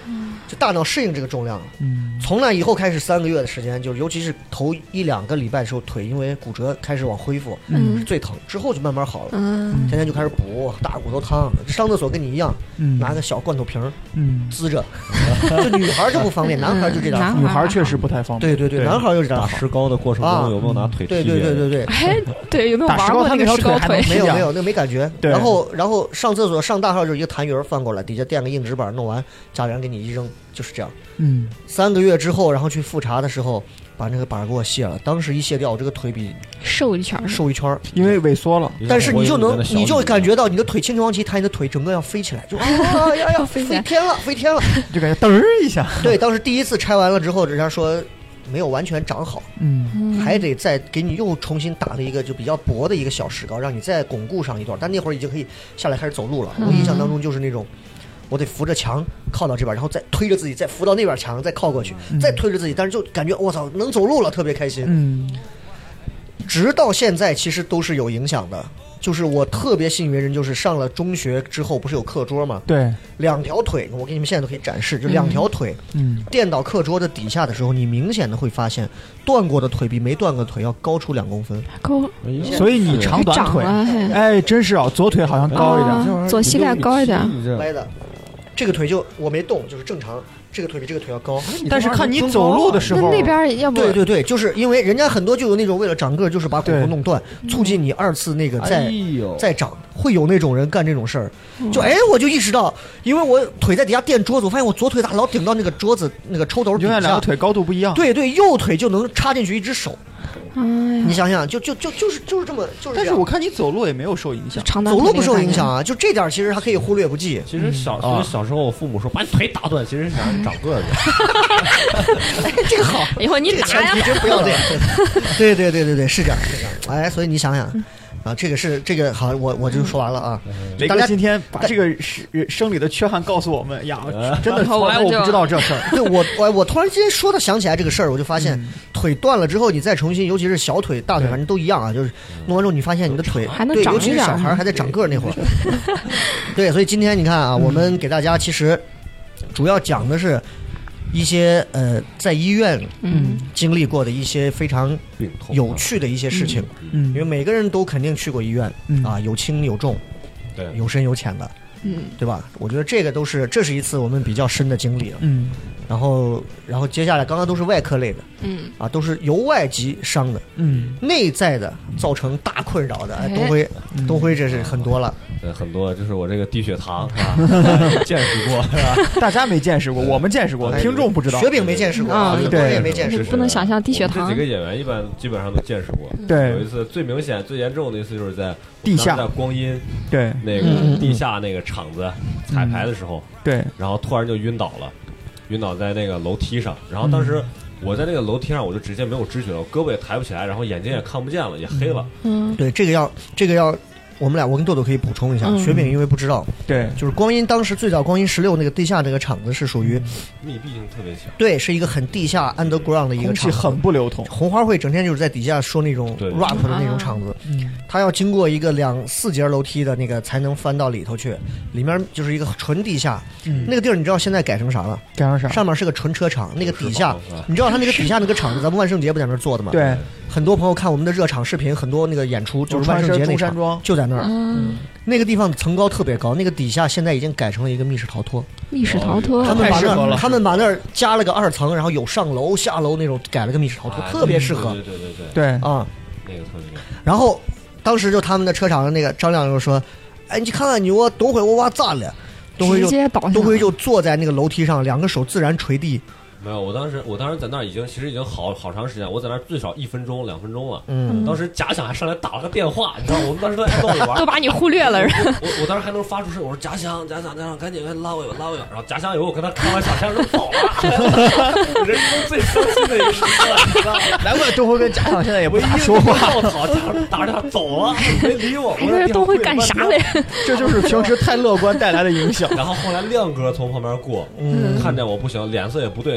就大脑适应这个重量了。从那以后开始3个月的时间，就是尤其是头1-2个礼拜的时候，腿因为骨折开始往恢复，是最疼，之后就慢慢好了。天天就开始补大骨头汤，上厕所跟你一样，拿个小罐头瓶滋着。就女孩就不方便，男孩就这样。 女孩确实不太方便。 对，男孩就这样。 打石膏的过程中有没有拿腿踢？ 对。 哎，对，有没有玩过那个石膏腿？ 没有，那没感觉。然后上厕所上大号就是一个痰盂放过来，底下垫个硬纸板，弄完家里人给你一扔，就是这样。3个月之后，然后去复查的时候，把那个板给我卸了。当时一卸掉，我这个腿比瘦一圈， 因为萎缩了。 但是你就感觉到你的腿青春期，你的腿整个要飞起来，就要飞天了， 就感觉噔一下。 对，当时第一次拆完了之后，人家说没有完全长好，还得再给你又重新打了一个就比较薄的一个小石膏，让你再巩固上一段。但那会儿已经可以下来开始走路了。我印象当中就是那种。我得扶着墙靠到这边，然后再推着自己，再扶到那边墙，再靠过去，再推着自己，但是就感觉我操能走路了，特别开心。直到现在其实都是有影响的。就是我特别信以为人，就是上了中学之后不是有课桌吗？对，2条腿，我给你们现在都可以展示，就2条腿，垫到课桌的底下的时候，你明显的会发现断过的腿比没断过的腿要高出2公分。 高， 所以你长短腿，哎，真是啊，左腿好像高一点， 左膝盖高一点， 歪的。这个腿就我没动，就是正常。这个腿比这个腿要高， 但是看你走路的时候， 那边要不对，就是因为人家很多就有那种为了长个，就是把骨头弄断，促进你2次那个再长，会有那种人干这种事儿。就我就意识到，因为我腿在底下垫桌子，我发现我左腿老顶到那个桌子那个抽头底下， 永远2个腿高度不一样。 对，右腿就能插进去一只手。你想想，就是这么，就是。 但是我看你走路也没有受影响， 走路不受影响啊，就这点其实还可以忽略不计。 其实小时候我父母说把你腿打断，其实是想让你长个子。 这个好， 以后你打呀， 真不要这样。对，是这样。哎，所以你想想。这个好，我就说完了啊。 雷哥今天把这个生理的缺憾告诉我们呀，真的从来我不知道这事儿。对我突然间说的想起来这个事儿，我就发现腿断了之后，你再重新，尤其是小腿、大腿，反正都一样啊。就是弄完之后，你发现你的腿还能长一点， 尤其是小孩还在长个儿那会儿。对，所以今天你看啊，我们给大家其实主要讲的是。一些在医院经历过的一些非常有趣的一些事情，因为每个人都肯定去过医院啊，有轻有重，对，有深有浅的，对吧？我觉得这是一次我们比较深的经历了，然后接下来刚刚都是外科类的，都是由外及伤的，内在的造成大困扰的，东辉这是很多了。 对，很多就是我这个低血糖是吧？见识过是吧？ 大家没见识过，我们见识过，听众不知道。 雪饼没见识过啊，对，也没见识过。 不能想象低血糖。 这几个演员基本上都见识过。 对， 有一次最明显、最严重的一次就是在地下， 在光阴对那个地下那个场子彩排的时候， 对， 然后突然就晕倒了，晕倒在那个楼梯上，然后当时。我在那个楼梯上，我就直接没有知觉了，胳膊也抬不起来，然后眼睛也看不见了，也黑了。 对，这个要，我跟豆豆可以补充一下，雪饼因为不知道， 对， 就是光阴当时最早光阴16那个地下那个场子是属于密闭性特别强， 对，是一个很地下 underground 的一个场子， 空气很不流通。 红花会整天就是在底下说那种 rap 的那种场子，他要经过一个2-4节楼梯的那个才能翻到里头去，里面就是一个纯地下，那个地儿你知道现在改成啥了？ 改成啥？ 上面是个纯车场，那个底下你知道他那个底下那个场子，咱们万圣节不在那儿做的吗？ 对。 很多朋友看我们的热场视频，很多那个演出就是万圣节那场就在那儿，那个地方层高特别高，那个底下现在已经改成了一个密室逃脱。 密室逃脱， 他们把那儿加了个2层，然后有上楼下楼那种，改了个密室逃脱，特别适合。 对啊， 那个特别。 然后当时就他们的车厂的那个张亮就说：“哎，你看看你我等会我挖咋了？”东辉就坐在那个楼梯上，2个手自然垂地。 没有，我当时在那儿其实已经好长时间，我在那儿最少1分钟2分钟了。当时假想还上来打了个电话，你知道我们当时都在闹着玩， 都把你忽略了。 我当时还能发出声，我说假想，赶紧拉我一把。然后假想以后我跟他开玩笑，假想就走了。人生最伤心的一个时刻，你知道吗？ 难怪东辉跟假想现在也不大说话， 打着他走了，没理我。 我说东辉干啥嘞？ 这就是平时太乐观带来的影响。 然后后来亮哥从旁边过，看见我不行，脸色也不对。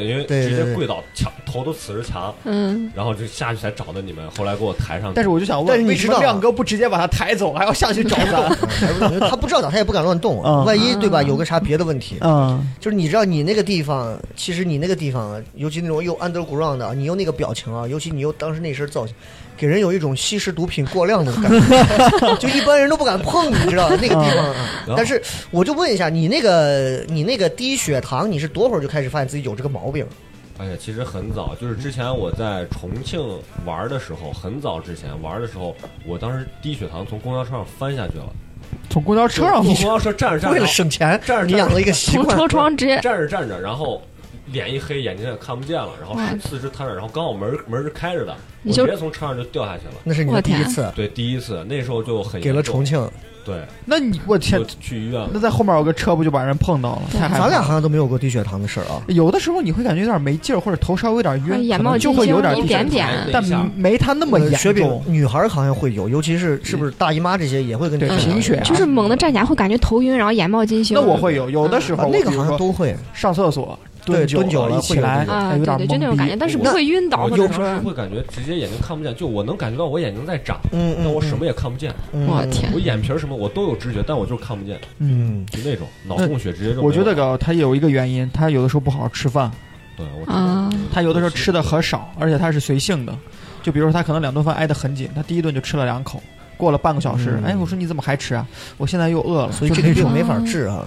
因为直接跪倒墙，头都刺着墙，然后就下去才找的你们，后来给我抬上去。 但是我就想问， 但是你知道亮哥不直接把他抬走，还要下去找他？ 他不知道他也不敢乱动，万一对吧？有个啥别的问题，就是你知道你那个地方，其实你那个地方，尤其那种又 underground 的，你又那个表情啊，尤其你又当时那身造型，给人有一种吸食毒品过量的感觉，就一般人都不敢碰，你知道那个地方。但是我就问一下，你那个低血糖，你是多会儿就开始发现自己有这个毛病？ 哎呀，其实很早，就是之前我在重庆玩的时候，很早之前玩的时候，我当时低血糖从公交车上翻下去了。 从公交车上， 公交车站着， 为了省钱， 站着你养了一个习惯， 从车窗直接站着，然后脸一黑，眼睛也看不见了，然后四肢瘫着，然后刚好门是开着的，我直接从车上就掉下去了。 那是你的第一次？ 对，第一次，那时候就很给了重庆。 对， 那你我天， 去医院了。 那在后面有个车不就把人碰到了？ 咱俩好像都没有过低血糖的事儿啊。 有的时候你会感觉有点没劲儿，或者头稍微有点晕， 眼冒就会有点一点点， 但没他那么严重。 女孩好像会有，尤其是不是大姨妈这些也会跟贫血， 就是猛的站起来会感觉头晕，然后眼冒金星。 那我会有的时候那个好像都会上厕所。 对，蹲久了起来啊， 有点对，就那种感觉，但是不会晕倒，或者说会感觉直接眼睛看不见，就我能感觉到我眼睛在长，但我什么也看不见。 我天， 我眼皮什么我都有知觉，但我就是看不见。就那种脑供血直接。 我觉得他有一个原因，他有的时候不好好吃饭。 对，我知道。 他有的时候吃的很少，而且他是随性的。就比如说他可能2顿饭挨得很紧，他第一顿就吃了2口，过了半个小时，哎，我说你怎么还吃啊？我现在又饿了， 所以这个病没法治啊。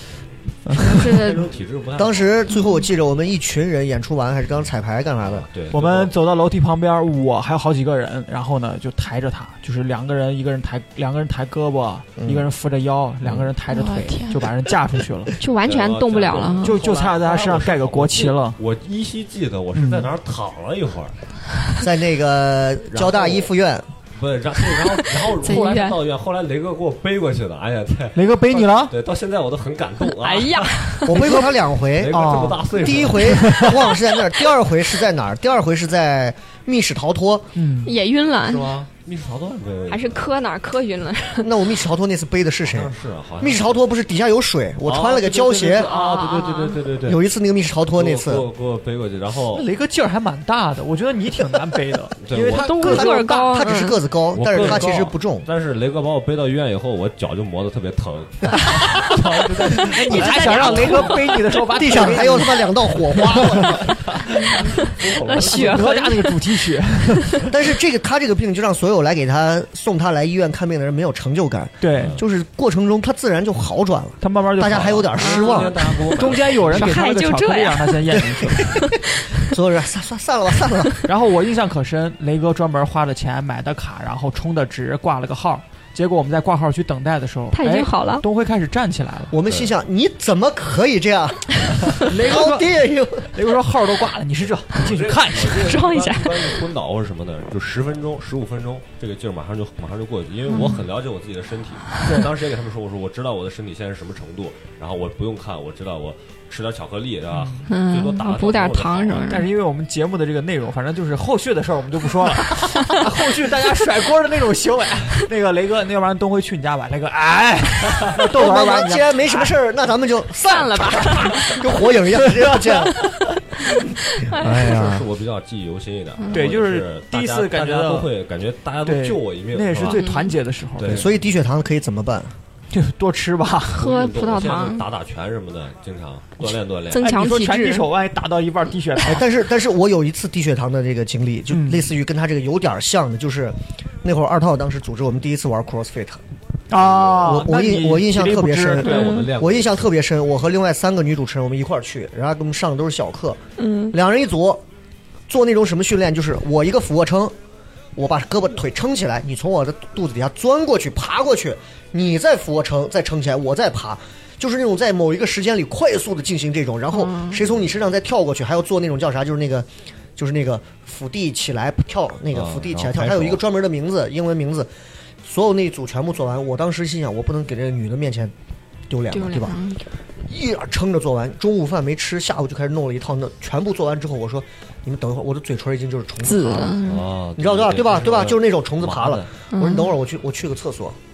当时最后我记着我们一群人演出完还是刚彩排干啥的？ 对， 我们走到楼梯旁边，我还有好几个人，然后呢就抬着他，就是两个人抬胳膊，一个人扶着腰，2个人抬着腿，就把人架出去了， 就完全动不了了， 就差在他身上盖个国旗了。 我依稀记得我是在哪儿躺了一会儿， 在那个交大一附院。 不是，然后后来到医院，后来雷哥给我背过去的。哎呀， 雷哥背你了？ 对，到现在我都很感动啊！ 哎呀， 我背过他2回雷哥这么大岁数， 第一回忘了是在那儿，第2回是在哪儿？第2回是在密室逃脱， 也晕了， 是吗？密室逃脱还是磕哪儿磕晕了？ 那我密室逃脱那次背的是谁？ 是啊， 密室逃脱不是底下有水，我穿了个胶鞋啊！对。 有一次那个密室逃脱那次， 给我背过去，然后雷哥劲儿还蛮大的，我觉得你挺难背的，因为他个子高， 他只是个子高，但是他其实不重。 但是雷哥把我背到医院以后，我脚就磨得特别疼。 你还想让雷哥背你的时候，把地上还有他妈2道火花， 那血哪吒那个主题曲。 但是他这个病就让所有来送他来医院看病的人没有成就感。 对， 就是过程中他自然就好转了， 他慢慢就大家还有点失望。 中间有人给他个巧克力让他先咽进去， 所有人散了吧。 然后我印象可深，雷哥专门花的钱买的卡，然后充的值，挂了个号。结果我们在挂号去等待的时候， 他已经好了， 东辉开始站起来了。 我们心想你怎么可以这样？ 雷哥说号都挂了，你是这，你进去看一下， 装一下。 关于昏倒或者什么的，就10分钟、15分钟，这个劲儿马上就过去。因为我很了解我自己的身体，我当时也给他们说，我说我知道我的身体现在是什么程度，然后我不用看，我知道我吃点巧克力是吧？最多补点糖什么的。 但是因为我们节目的这个内容，反正就是后续的事儿我们就不说了。后续大家甩锅的那种行为，那个雷哥，要不然东辉去你家吧。雷哥，逗玩玩。 既然没什么事儿，那咱们就散了吧， 跟火影一样，直接不见了。 哎呀，是我比较记忆犹新一点。 对，就是第一次感觉都会感觉大家都救我一命， 那也是最团结的时候。 对，所以低血糖可以怎么办？ 就多吃吧， 喝葡萄糖， 打拳什么的，经常锻炼， 增强体质。 拳击手万一打到一半低血糖， 但是我有一次低血糖的这个经历，就类似于跟他这个有点像的，就是那会儿2套当时组织我们第一次玩 CrossFit 啊， 我印象特别深， 我印象特别深，我和另外3个女主持人我们一块儿去，然后给我们上的都是小课，2人一组做那种什么训练，就是我一个俯卧撑。我把胳膊腿撑起来，你从我的肚子底下钻过去爬过去，你再俯卧撑再撑起来，我再爬，就是那种在某一个时间里快速的进行这种，然后谁从你身上再跳过去，还要做那种叫啥，就是那个伏地起来跳，那个伏地起来跳，它有一个专门的名字，英文名字。所有那一组全部做完，我当时心想我不能给这个女的面前丢脸了，对吧？一点撑着做完，中午饭没吃，下午就开始弄了一套，那全部做完之后，我说你们等一会儿，我的嘴唇已经就是虫子爬了，你知道对吧？就是那种虫子爬了。我说你等会儿，我去个厕所，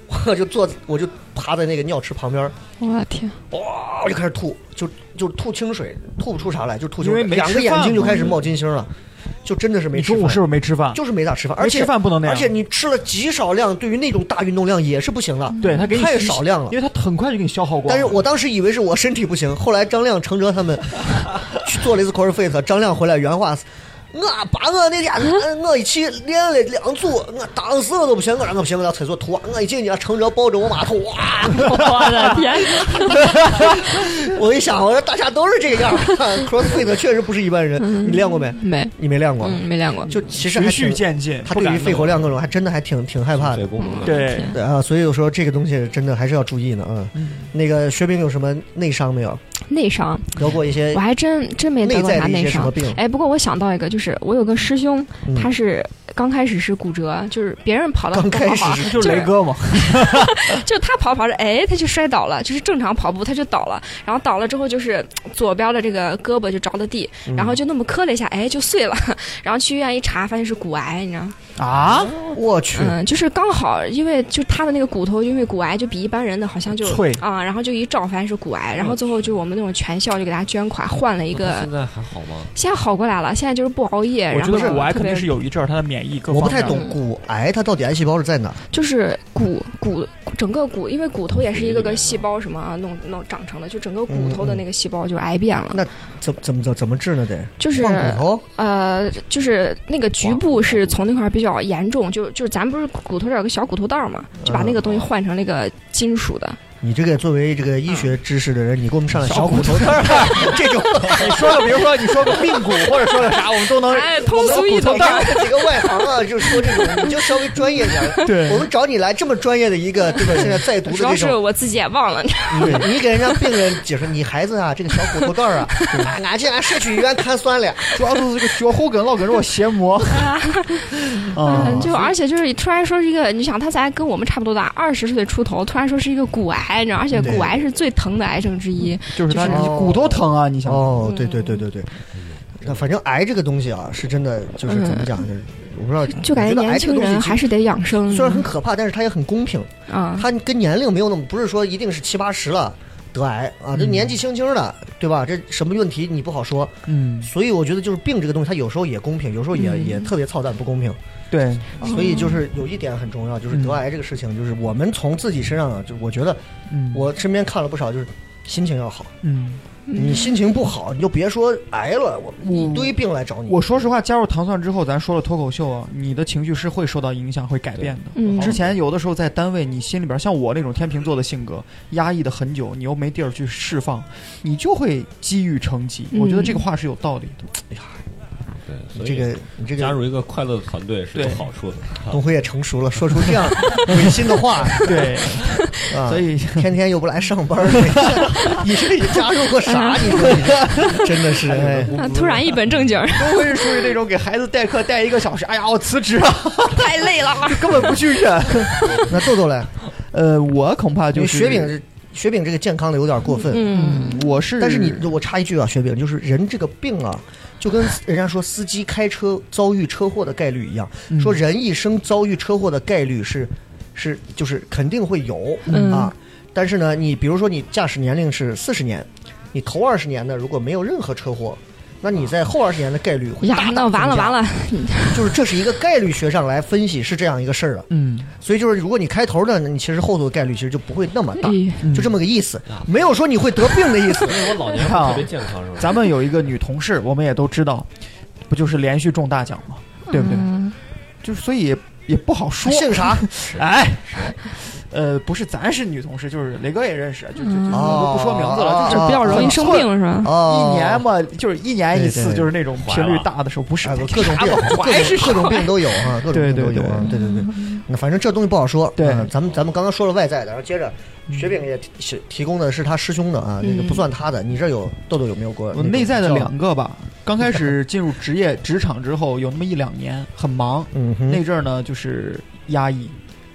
我就趴在那个尿池旁边， 我的天， 哇，我就开始吐，就吐清水，吐不出啥来，就吐清水， 因为两个眼睛就开始冒金星了，就真的是没吃饭。 你中午是不是没吃饭？ 就是没咋吃饭，而且吃饭不能那样， 而且你吃了极少量，对于那种大运动量也是不行的。 对他给你太少量了， 因为他很快就给你消耗光了。 但是我当时以为是我身体不行，后来张亮、程哲他们去做了一次 CrossFit， 张亮回来原话。我把我那天我一起练了2组，我当时我都不行，我让我不行，我到厕所吐，我一进去，程哲抱着我妈吐，哇！ 我的天！ 我一想，我说大家都是这个样，CrossFit 确实不是一般人。你练过没？ 没， 你没练过？ 没练过。 就其实还循序渐进， 他对于肺活量各种还真的还挺害怕的。 对对啊，所以有时候这个东西真的还是要注意呢啊。那个薛冰有什么内伤没有？ 内伤得过一些， 我还真没得过啥内伤。哎，不过我想到一个，就是我有个师兄，他是刚开始是骨折，就是别人跑到刚开始就是雷哥嘛， 就他跑着，哎，他就摔倒了，就是正常跑步他就倒了，然后倒了之后就是左边的这个胳膊就着了地，然后就那么磕了一下，哎，就碎了，然后去医院一查，发现是骨癌，你知道吗？ 啊， 我去， 就是刚好，因为就他的那个骨头，因为骨癌就比一般人的好像就脆啊，然后就一照发现是骨癌，然后最后就我们那种全校就给他捐款换了一个。 现在还好吗？ 现在好过来了，现在就是不熬夜。 我觉得骨癌肯定是有一阵儿，他的免疫各方面。 我不太懂骨癌，它到底癌细胞是在哪？ 就是整个骨，因为骨头也是一个细胞什么弄长成的，就整个骨头的那个细胞就癌变了。 那怎么治呢？得就是换骨头？ 就是那个局部是从那块比较严重，就是咱不是骨头这有个小骨头道嘛，就把那个东西换成那个金属的。 你这个作为这个医学知识的人，你给我们上来小骨头带这种， 你说个，比如说你说个髌骨或者说个啥，我们都能。 哎，通俗易懂。 这几个外行啊，就说这种，你就稍微专业点。 对，我们找你来这么专业的一个，对吧？现在在读的这种。 主要是我自己也忘了。 对，你给人家病人解释，你孩子啊，这个小骨头带啊，俺进俺社区医院看算了， 主要是这个脚后跟老跟着我邪魔。 就而且就是突然说是一个，你想他才跟我们差不多大，20岁出头，突然说是一个骨癌，你知道，而且骨癌是最疼的癌症之一， 就是他骨头疼啊，你想？ 哦，对。那反正癌这个东西啊，是真的，就是怎么讲，就是我不知道， 就感觉年轻人还是得养生。 虽然很可怕，但是它也很公平啊。它跟年龄没有那么，不是说一定是70、80了得癌啊，这年纪轻轻的，对吧？这什么问题你不好说。所以我觉得就是病这个东西，它有时候也公平，有时候也特别操蛋不公平。 对， 所以就是有一点很重要，就是得癌这个事情，就是我们从自己身上啊，就我觉得，我身边看了不少，就是心情要好。你心情不好，你就别说癌了，一堆病来找你。 我说实话，加入糖蒜之后，咱说了脱口秀啊，你的情绪是会受到影响，会改变的。之前有的时候在单位，你心里边像我那种天秤座的性格，压抑的很久，你又没地儿去释放，你就会积郁成疾。我觉得这个话是有道理的。哎呀。 对，你这个加入一个快乐的团队是有好处的。 东辉也成熟了，说出这样违心的话， 对，所以天天又不来上班，你是加入过啥？你说你真的是， 突然一本正经。 东辉是属于那种给孩子代课带1个小时，哎呀，我辞职了， 太累了， 根本不去忍。 那豆豆嘞？ 我恐怕就是雪饼这个健康的有点过分。 我是， 但是我插一句啊，雪饼就是人这个病啊。就跟人家说司机开车遭遇车祸的概率一样，说人一生遭遇车祸的概率是就是肯定会有啊。但是呢，你比如说你驾驶年龄是40年，你头20年呢如果没有任何车祸，那你在后20年的概率会大大增加。 那完了， 就是这是一个概率学上来分析是这样一个事儿的。所以就是如果你开头呢，你其实后头的概率其实就不会那么大，就这么个意思，没有说你会得病的意思。 因为我老年特别健康是吧？ 咱们有一个女同事，我们也都知道，不就是连续中大奖吗？对不对？就是所以也不好说。 姓啥？ 哎。不是，咱是女同事，就是雷哥也认识，就不说名字了，就是比较容易生病是吧？ 一年嘛，就是1年1次，就是那种频率大的时候，不是各种病，各种病都有啊，各种病都有啊，对。那反正这东西不好说。 对， 咱们刚刚说了外在的，然后接着雪饼也提供的是他师兄的啊，那个不算他的。你这有豆豆有没有过？ 内在的2个吧。刚开始进入职场之后，有那么1-2年很忙，那阵儿呢就是压抑。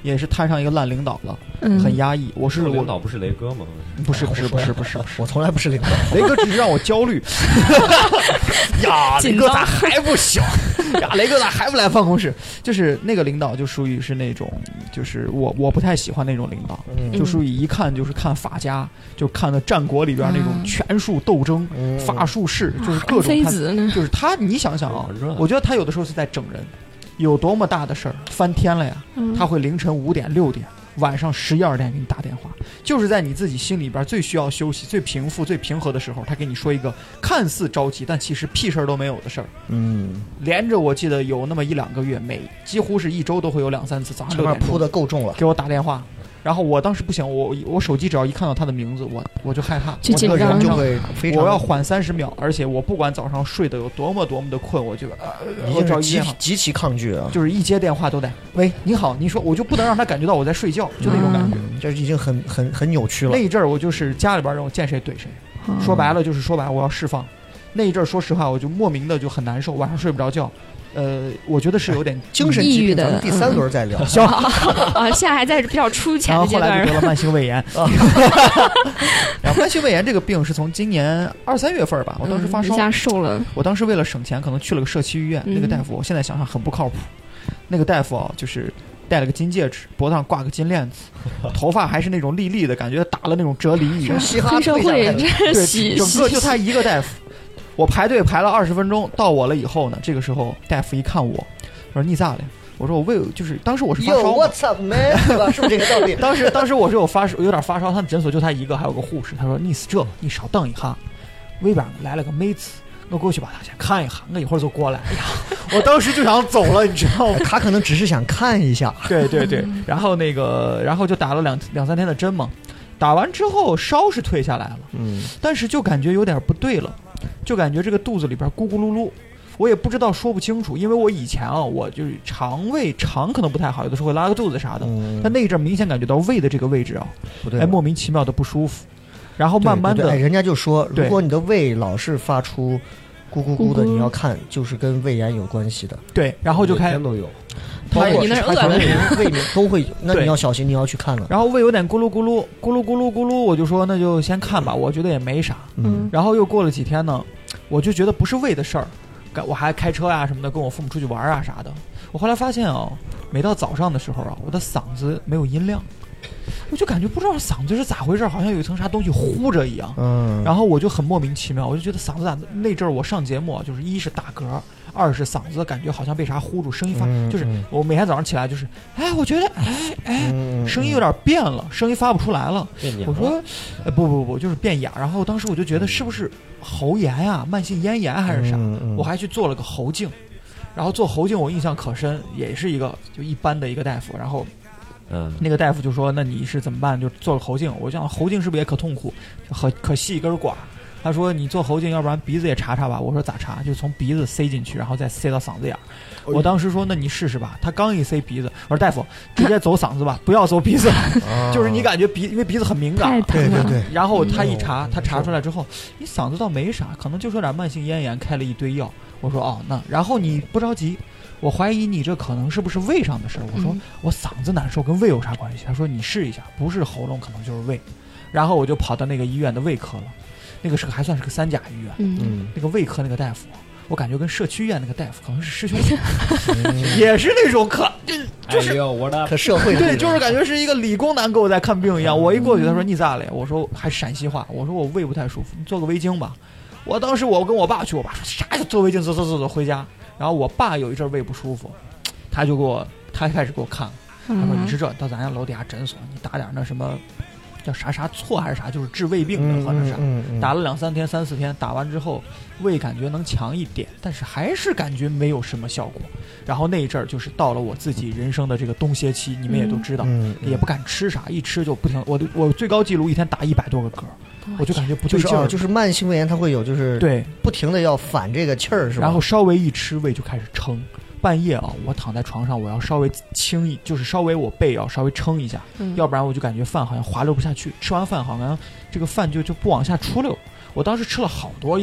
也是摊上一个烂领导了，很压抑。我领导不是雷哥吗？ 不是， 我从来不是领导， 雷哥只是让我焦虑。呀，雷哥咋还不行？呀，雷哥咋还不来办公室？就是那个领导就属于是那种，就是我不太喜欢那种领导，就属于一看就是看法家，就看的战国里边那种权术斗争、法术士，就是各种妃子呢， 就是他，你想想啊，我觉得他有的时候是在整人。有多么大的事儿翻天了呀，他会凌晨5点6点晚上11、12点给你打电话，就是在你自己心里边最需要休息最平复最平和的时候，他给你说一个看似着急但其实屁事儿都没有的事儿。连着我记得有那么1、2个月，几乎是1周都会有2、3次早上6点扑的够重了， 给我打电话。然后我当时不行，我手机只要一看到他的名字，我就害怕， 就紧张， 就会非常。 我要缓30秒，而且我不管早上睡得有多么的困，我就极其抗拒啊！ 就是一接电话都得喂你好，你说我就不能让他感觉到我在睡觉，就那种感觉， 这已经很扭曲了。 那一阵儿我就是家里边人我见谁怼谁，说白了我要释放。那一阵儿说实话我就莫名的就很难受，晚上睡不着觉。我觉得是有点精神疾病的。第3轮再聊。 行啊，现在还在比较初浅的阶段。 后来就得了慢性胃炎。然后慢性胃炎这个病是从今年2、3月份吧，我当时发烧， 一下瘦了。 我当时为了省钱，可能去了个社区医院，那个大夫，我现在想想很不靠谱。那个大夫啊，就是戴了个金戒指，脖子上挂个金链子，头发还是那种立立的，感觉打了那种啫喱一样。 黑社会， 对，整个就他一个大夫。我排队排了20分钟，到我了以后呢，这个时候大夫一看我说你咋了？我说我就是当时我是发烧 ，What's up man？ 是吧？是不是这个道理？ 当时我是有点发烧，他的诊所就他一个，还有个护士。他说你是这，你稍等一下，外边来了个妹子，我过去把她先看一下，我一会儿就过来。哎呀，我当时就想走了，你知道吗？ 他可能只是想看一下。 对，然后就打了2、3天的针嘛，打完之后烧是退下来了，但是就感觉有点不对了。就感觉这个肚子里边咕咕噜噜，我也不知道说不清楚，因为我以前啊，我就是肠可能不太好，有的时候会拉个肚子啥的，但那一阵明显感觉到胃的这个位置啊， 不对， 莫名其妙的不舒服，然后慢慢的， 对，人家就说，如果你的胃老是发出咕咕咕的，你要看就是跟胃炎有关系的。 对，然后就开始都有。 你那是饿的， 胃里都会，那你要小心，你要去看了。 然后胃有点咕噜咕噜咕噜咕噜咕噜，我就说那就先看吧，我觉得也没啥。然后又过了几天呢，我就觉得不是胃的事儿，我还开车啊什么的，跟我父母出去玩啊啥的。我后来发现啊，每到早上的时候啊，我的嗓子没有音量，我就感觉不知道嗓子是咋回事，好像有一层啥东西糊着一样。然后我就很莫名其妙，我就觉得嗓子咋那阵儿我上节目啊，就是一是打嗝。2是嗓子感觉好像被啥糊住，声音发就是我每天早上起来就是我觉得声音有点变了，声音发不出来了。我说不就是变哑。然后当时我就觉得是不是喉炎呀、慢性咽炎还是啥？我还去做了个喉镜，然后做喉镜我印象可深，也是一个就一般的一个大夫，然后那个大夫就说那你是怎么办？就做了喉镜。我想喉镜是不是也可痛苦，就可细一根管。他说你做喉镜要不然鼻子也查查吧。我说咋查？就从鼻子塞进去，然后再塞到嗓子眼。我当时说那你试试吧。他刚一塞鼻子，我说大夫直接走嗓子吧，不要走鼻子。就是你感觉因为鼻子很敏感。 对。 然后他一查，他查出来之后，你嗓子倒没啥，可能就说点慢性咽炎，开了一堆药。我说那然后你不着急，我怀疑你这可能是不是胃上的事儿。我说我嗓子难受跟胃有啥关系？他说你试一下，不是喉咙可能就是胃。然后我就跑到那个医院的胃科了。那个还算是个3甲医院，那个胃科那个大夫，我感觉跟社区医院那个大夫可能是师兄弟，也是那种就是可社会对，就是感觉是一个理工男给我在看病一样。我一过去，他说你咋了？我说还是陕西话，我说我胃不太舒服，你做个胃镜吧。我当时我跟我爸去，我爸说啥就做胃镜，走回家。然后我爸有一阵胃不舒服，他开始给我看，他说你是这到咱家楼底下诊所，你打点那什么。叫啥错还是啥，就是治胃病的或者啥，打了2、3天、3、4天，打完之后胃感觉能强一点，但是还是感觉没有什么效果。然后那一阵儿就是到了我自己人生的这个冬歇期，你们也都知道，也不敢吃啥，一吃就不停。我最高记录一天打100多个嗝，我就感觉不对劲儿。 就是慢性胃炎，它会有就是对不停的要反这个气儿，是吧？ 然后稍微一吃胃就开始撑。半夜啊，我躺在床上，我要稍微就是稍微我背要稍微撑一下，要不然我就感觉饭好像滑溜不下去。吃完饭好像这个饭就不往下出溜。我当时吃了好多药，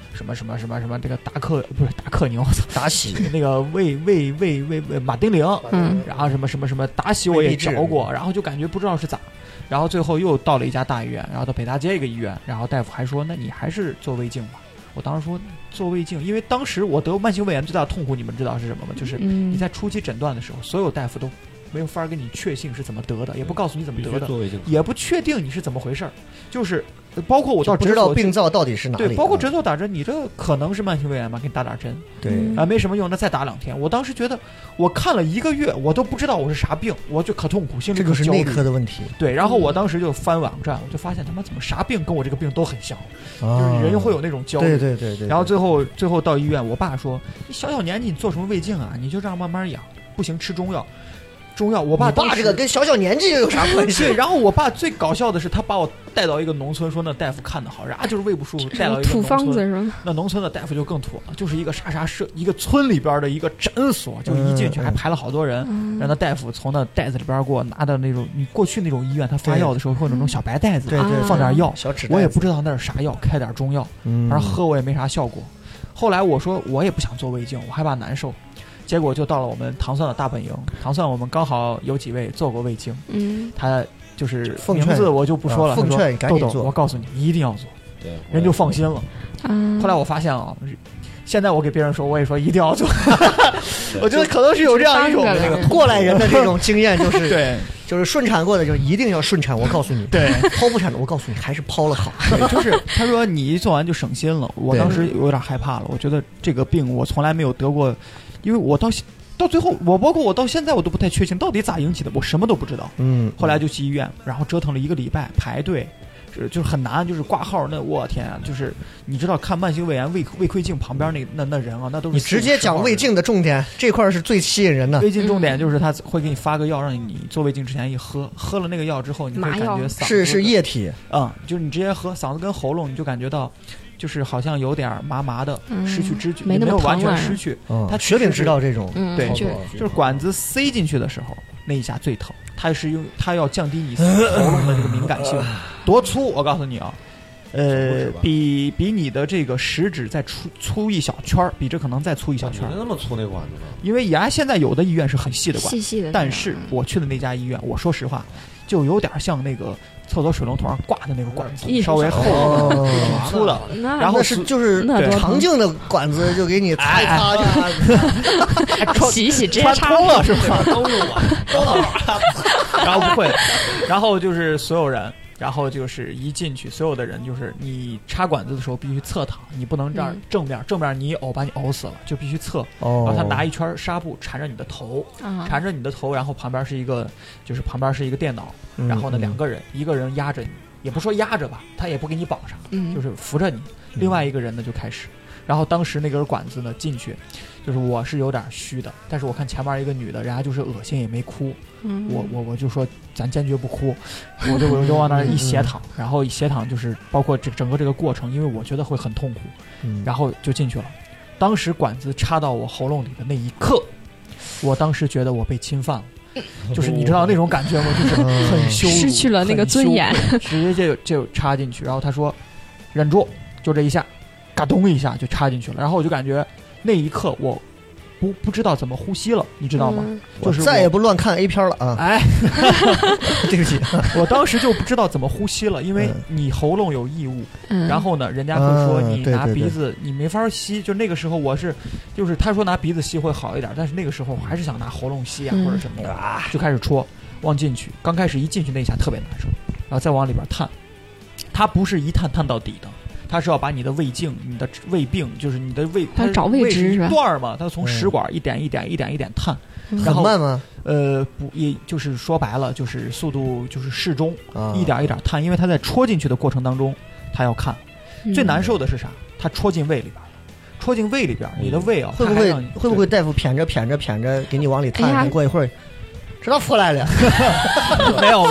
什么这个达克牛， 达喜那个魏马丁灵，然后什么达喜我也找过，然后就感觉不知道是咋，然后最后又到了一家大医院，然后到北大街一个医院，然后大夫还说那你还是做胃镜吧。我当时说做胃镜，因为当时我得慢性胃炎最大的痛苦你们知道是什么吗？就是你在初期诊断的时候，所有大夫都没有法跟你确信是怎么得的，也不告诉你怎么得的，也不确定你是怎么回事，就是包括我到不知道病灶到底是哪里， 对，包括诊所打针，你这可能是慢性胃炎嘛，给你打针， 对没什么用，那再打2天。我当时觉得我看了1个月，我都不知道我是啥病，我就可痛苦，心里这个是内科的问题。 对，然后我当时就翻网站，我就发现他妈怎么啥病跟我这个病都很像，就是人会有那种焦虑。 对。 然后最后到医院，我爸说：“你小年纪你做什么胃镜啊？你就这样慢慢养，不行吃中药。”我爸这个跟小年纪又有啥关系？ 对，然后我爸最搞笑的是，他把我带到一个农村，说那大夫看得好，然后就是胃不舒服，带到一个土方子是吗？ 那农村的大夫就更土了，就是一个一个村里边的一个诊所，就一进去还排了好多人，让那大夫从那袋子里边给我拿的那种，你过去那种医院他发药的时候会有那种小白袋子， 对， 放点药， 小纸袋子， 我也不知道那是啥药，开点中药，反正喝我也没啥效果。后来我说我也不想做胃镜，我害怕难受。结果就到了我们糖蒜的大本营，糖蒜我们刚好有几位做过胃镜，他就是名字我就不说了， 奉劝赶紧做， 我告诉你一定要做，对，人就放心了。后来我发现啊，现在我给别人说，我也说一定要做，我觉得可能是有这样一种那个过来人的这种经验，就是对， 就是顺产过的就一定要顺产，我告诉你， 对， 剖腹产的我告诉你还是剖了好， 就是他说你一做完就省心了，我当时有点害怕了，我觉得这个病我从来没有得过。因为我到最后，包括我到现在我都不太确信到底咋引起的，我什么都不知道。后来就去医院，然后折腾了1个礼拜排队，就是很难，就是挂号。那我天啊，就是你知道看慢性胃炎胃溃镜旁边那人啊，那都是你直接讲胃镜的重点，这块是最吸引人的。 胃镜重点就是他会给你发个药，让你做胃镜之前一喝了那个药之后，你会感觉嗓子是液体， 就是你直接喝，嗓子跟喉咙你就感觉到。就是好像有点麻麻的，失去知觉， 没有完全失去。 他雪饼知道这种， 对，就是管子塞进去的时候，那一下最疼。他要降低你喉咙的这个敏感性，多粗？我告诉你啊，比你的这个食指再粗一小圈，比这可能再粗一小圈。 那么粗那管子呢？ 因为现在有的医院是很细的管， 细的。 但是我去的那家医院，我说实话，就有点像那个。厕所水龙头上挂的那个管子，稍微厚挺粗的，然后就是长径的管子，就给你擦一擦， 洗一洗直接插通了是吧？都用啊，然后不会，然后就是所有人，然后就是一进去，所有的人就是你插管子的时候必须侧躺，你不能这样正面你一呕把你呕死了，就必须侧。然后他拿一圈纱布缠着你的头，然后旁边是一个电脑，然后呢2个人，一个人压着你，也不说压着吧，他也不给你绑上，就是扶着你，另外一个人呢就开始。然后当时那根管子呢进去，就是我是有点虚的，但是我看前面一个女的，人家就是恶心也没哭，我就说咱坚决不哭，我就往那儿一斜躺，然后一斜躺就是包括整个这个过程，因为我觉得会很痛苦，然后就进去了。当时管子插到我喉咙里的那一刻，我当时觉得我被侵犯了。就是你知道那种感觉吗？就是很羞辱， 失去了那个尊严， 直接就插进去。然后他说忍住，就这一下嘎咚一下就插进去了。然后我就感觉那一刻我不知道怎么呼吸了，你知道吗？就是再也不乱看 A 片了啊！ 哎， 对不起， 我当时就不知道怎么呼吸了，因为你喉咙有异物，然后呢，人家会说你拿鼻子你没法吸，就那个时候就是他说拿鼻子吸会好一点，但是那个时候我还是想拿喉咙吸啊或者什么的，就开始戳往进去。刚开始一进去那一下特别难受，然后再往里边探，它不是一探到底的。他是要把你的胃镜、你的胃病，就是你的胃， 他找位置是吧？ 段嘛，他从食管一点一点探，然后很慢吗？ 不，也就是说白了，就是速度就是适中，一点一点探，因为他在戳进去的过程当中，他要看。最难受的是啥？他戳进胃里边，戳进胃里边，你的胃啊， 会不会大夫谝着给你往里探？你过一会儿。知道出来了， 没有，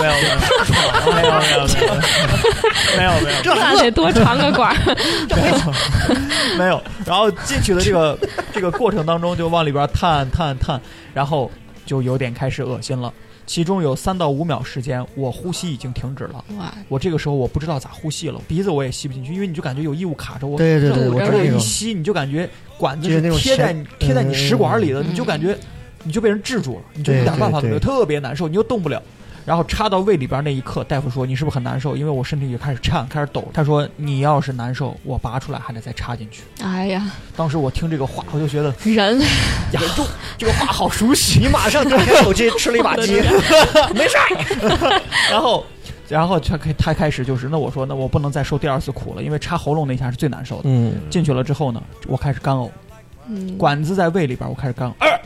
这那得多长个管？ 没有。然后进去的这个过程当中，就往里边探，然后就有点开始恶心了。 其中有3到5秒时间，我呼吸已经停止了。 哇， 我这个时候我不知道咋呼吸了，鼻子我也吸不进去，因为你就感觉有异物卡着我。 对对对，我知道一吸你就感觉管子是贴在你食管里的，你就感觉你就被人制住了，你就一点办法都没有，特别难受，你又动不了。然后插到胃里边那一刻，大夫说你是不是很难受？因为我身体也开始颤，开始抖。他说你要是难受，我拔出来还得再插进去。 哎呀， 当时我听这个话，我就觉得人呀，这个话好熟悉。 你马上打开手机吃了一把鸡，没事儿。 然后他开始就是，那我说那我不能再受第2次苦了，因为插喉咙那下是最难受的。进去了之后呢，我开始干呕，管子在胃里边，我开始干呕。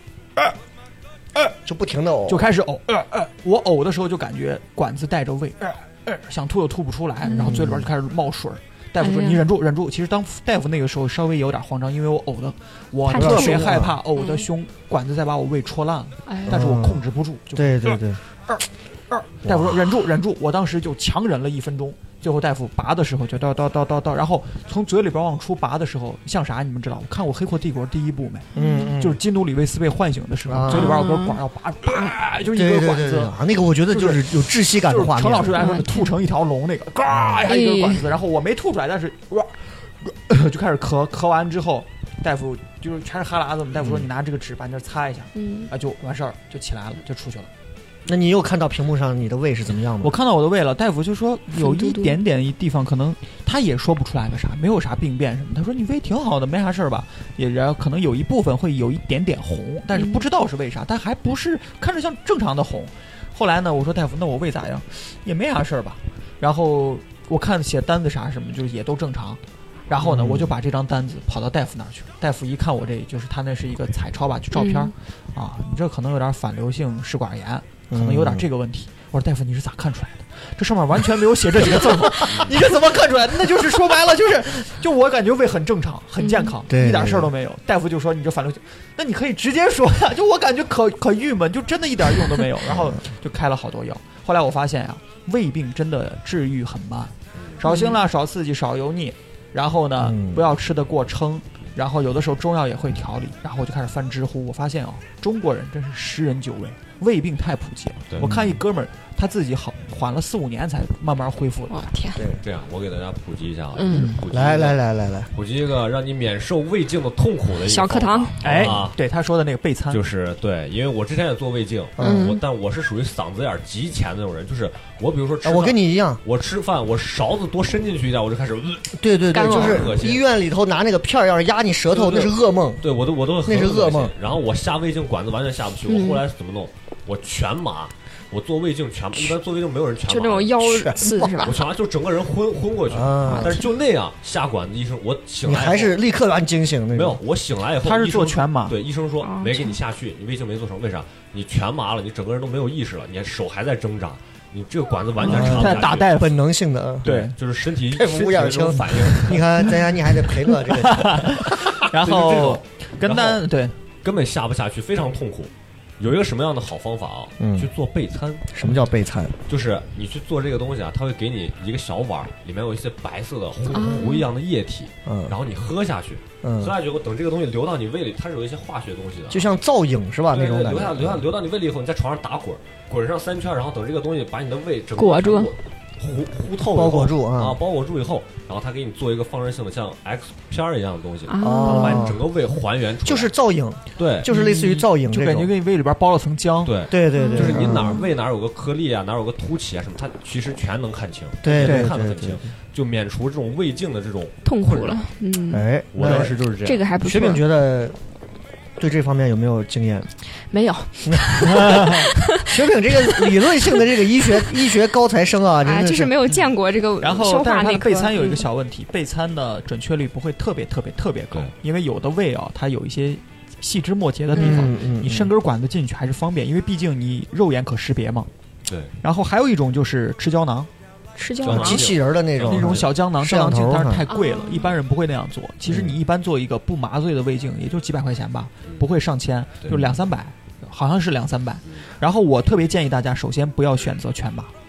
就不停的呕， 就开始呕，我呕的时候就感觉管子带着胃，想吐又吐不出来，然后嘴里边就开始冒水。大夫说你忍住忍住。其实当大夫那个时候稍微有点慌张，因为我呕的，我特别害怕呕的凶，管子再把我胃戳烂了，但是我控制不住，就对对对， 大夫说忍住忍住，我当时就强忍了1分钟。最后大夫拔的时候就到，然后从嘴里边往出拔的时候像啥你们知道？我看过《黑客帝国》第1部没？就是基努里维斯被唤醒的时候，嘴里边有根管要拔，就是一根管子。 那个我觉得就是有窒息感的画面。 陈老师来说，吐成一条龙那个，嘎呀一根管子，然后我没吐出来，但是就开始咳完之后，大夫就是全是哈喇子，大夫说你拿这个纸把你这擦一下，就完事儿，就起来了，就出去了。 那你又看到屏幕上你的胃是怎么样吗？ 我看到我的胃了，大夫就说有一点点地方可能他也说不出来个啥，没有啥病变什么。他说你胃挺好的，没啥事儿吧？也然后可能有一部分会有一点点红，但是不知道是为啥，但还不是看着像正常的红。后来呢，我说大夫，那我胃咋样？也没啥事儿吧？然后我看写单子啥什么，就是也都正常。然后呢，我就把这张单子跑到大夫那儿去。大夫一看我这，就是他那是一个彩超吧，就照片啊，你这可能有点反流性食管炎。可能有点这个问题。我说大夫，你是咋看出来的？这上面完全没有写这几个字吗？你这怎么看出来的？那就是说白了，就我感觉胃很正常，很健康，一点事儿都没有。大夫就说你这反流性，那你可以直接说呀。就我感觉可郁闷，就真的一点用都没有。然后就开了好多药。后来我发现呀，胃病真的治愈很慢，少辛辣、少刺激、少油腻，然后呢不要吃得过撑。然后有的时候中药也会调理，然后我就开始翻知乎，我发现中国人真是10人9胃，胃病太普及了。我看一哥们儿他自己缓了4-5年才慢慢恢复了。 我天！ 对，这样我给大家普及一下啊， 来， 普及一个让你免受胃镜的痛苦的一个小课堂。 对他说的那个备餐， 就是对，因为我之前也做胃镜，但我是属于嗓子眼极前的那种人，就是我比如说吃饭， 我跟你一样， 我吃饭我勺子多伸进去一点，我就开始对，就是医院里头拿那个片儿要是压你舌头，那是噩梦。 对，我都那是噩梦。 然后我下胃镜管子完全下不去，我后来怎么弄？我全麻。我做胃镜全，一般做胃镜没有人全麻， 就那种腰刺是吧？ 我全麻就整个人昏过去，但是就那样下管子，医生我醒来你还是立刻把你惊醒那种。 没有，我醒来以后他是做全麻， 对，医生说没给你下去，你胃镜没做成，为啥？你全麻了，你整个人都没有意识了，你手还在挣扎，你这个管子完全插不下去。 打带本能性的， 对，就是身体乌眼青反应。 你看，咱家你还得陪我这个， 然后对根本下不下去，非常痛苦。有一个什么样的好方法啊？去做备餐。 什么叫备餐？ 就是你去做这个东西啊，它会给你一个小碗，里面有一些白色的糊一样的液体，然后你喝下去，喝下去后，等这个东西流到你胃里，它是有一些化学东西的， 就像造影是吧？那种感觉。 流到你胃里以后，你在床上打滚上3圈，然后等这个东西把你的胃整个裹住。 糊透包裹住包裹住以后，然后他给你做一个放射性的像 X 片一样的东西，把你整个胃还原出来， 就是造影， 对， 就是类似于造影， 就感觉给你胃里边包了层浆， 对， 就是你胃哪有个颗粒啊，哪有个凸起啊什么，它其实全能看清， 对， 看得很清，就免除这种胃镜的这种痛苦了。 我当时就是这样。 这个还不错。 雪饼觉得对这方面有没有经验？ 没有。 雪饼这个理论性的这个医学高材生啊，真的就是没有见过这个。 然后，但是它的备餐有一个小问题，备餐的准确率不会特别高，因为有的胃啊，它有一些细枝末节的地方，你伸根管子进去还是方便，因为毕竟你肉眼可识别嘛。 对。 然后还有一种就是吃胶囊。 机器人的那种小胶囊镜，但是太贵了，一般人不会那样做。其实你一般做一个不麻醉的胃镜，也就几百块钱吧，不会上千，就200-300，好像是200-300。然后我特别建议大家，首先不要选择全麻，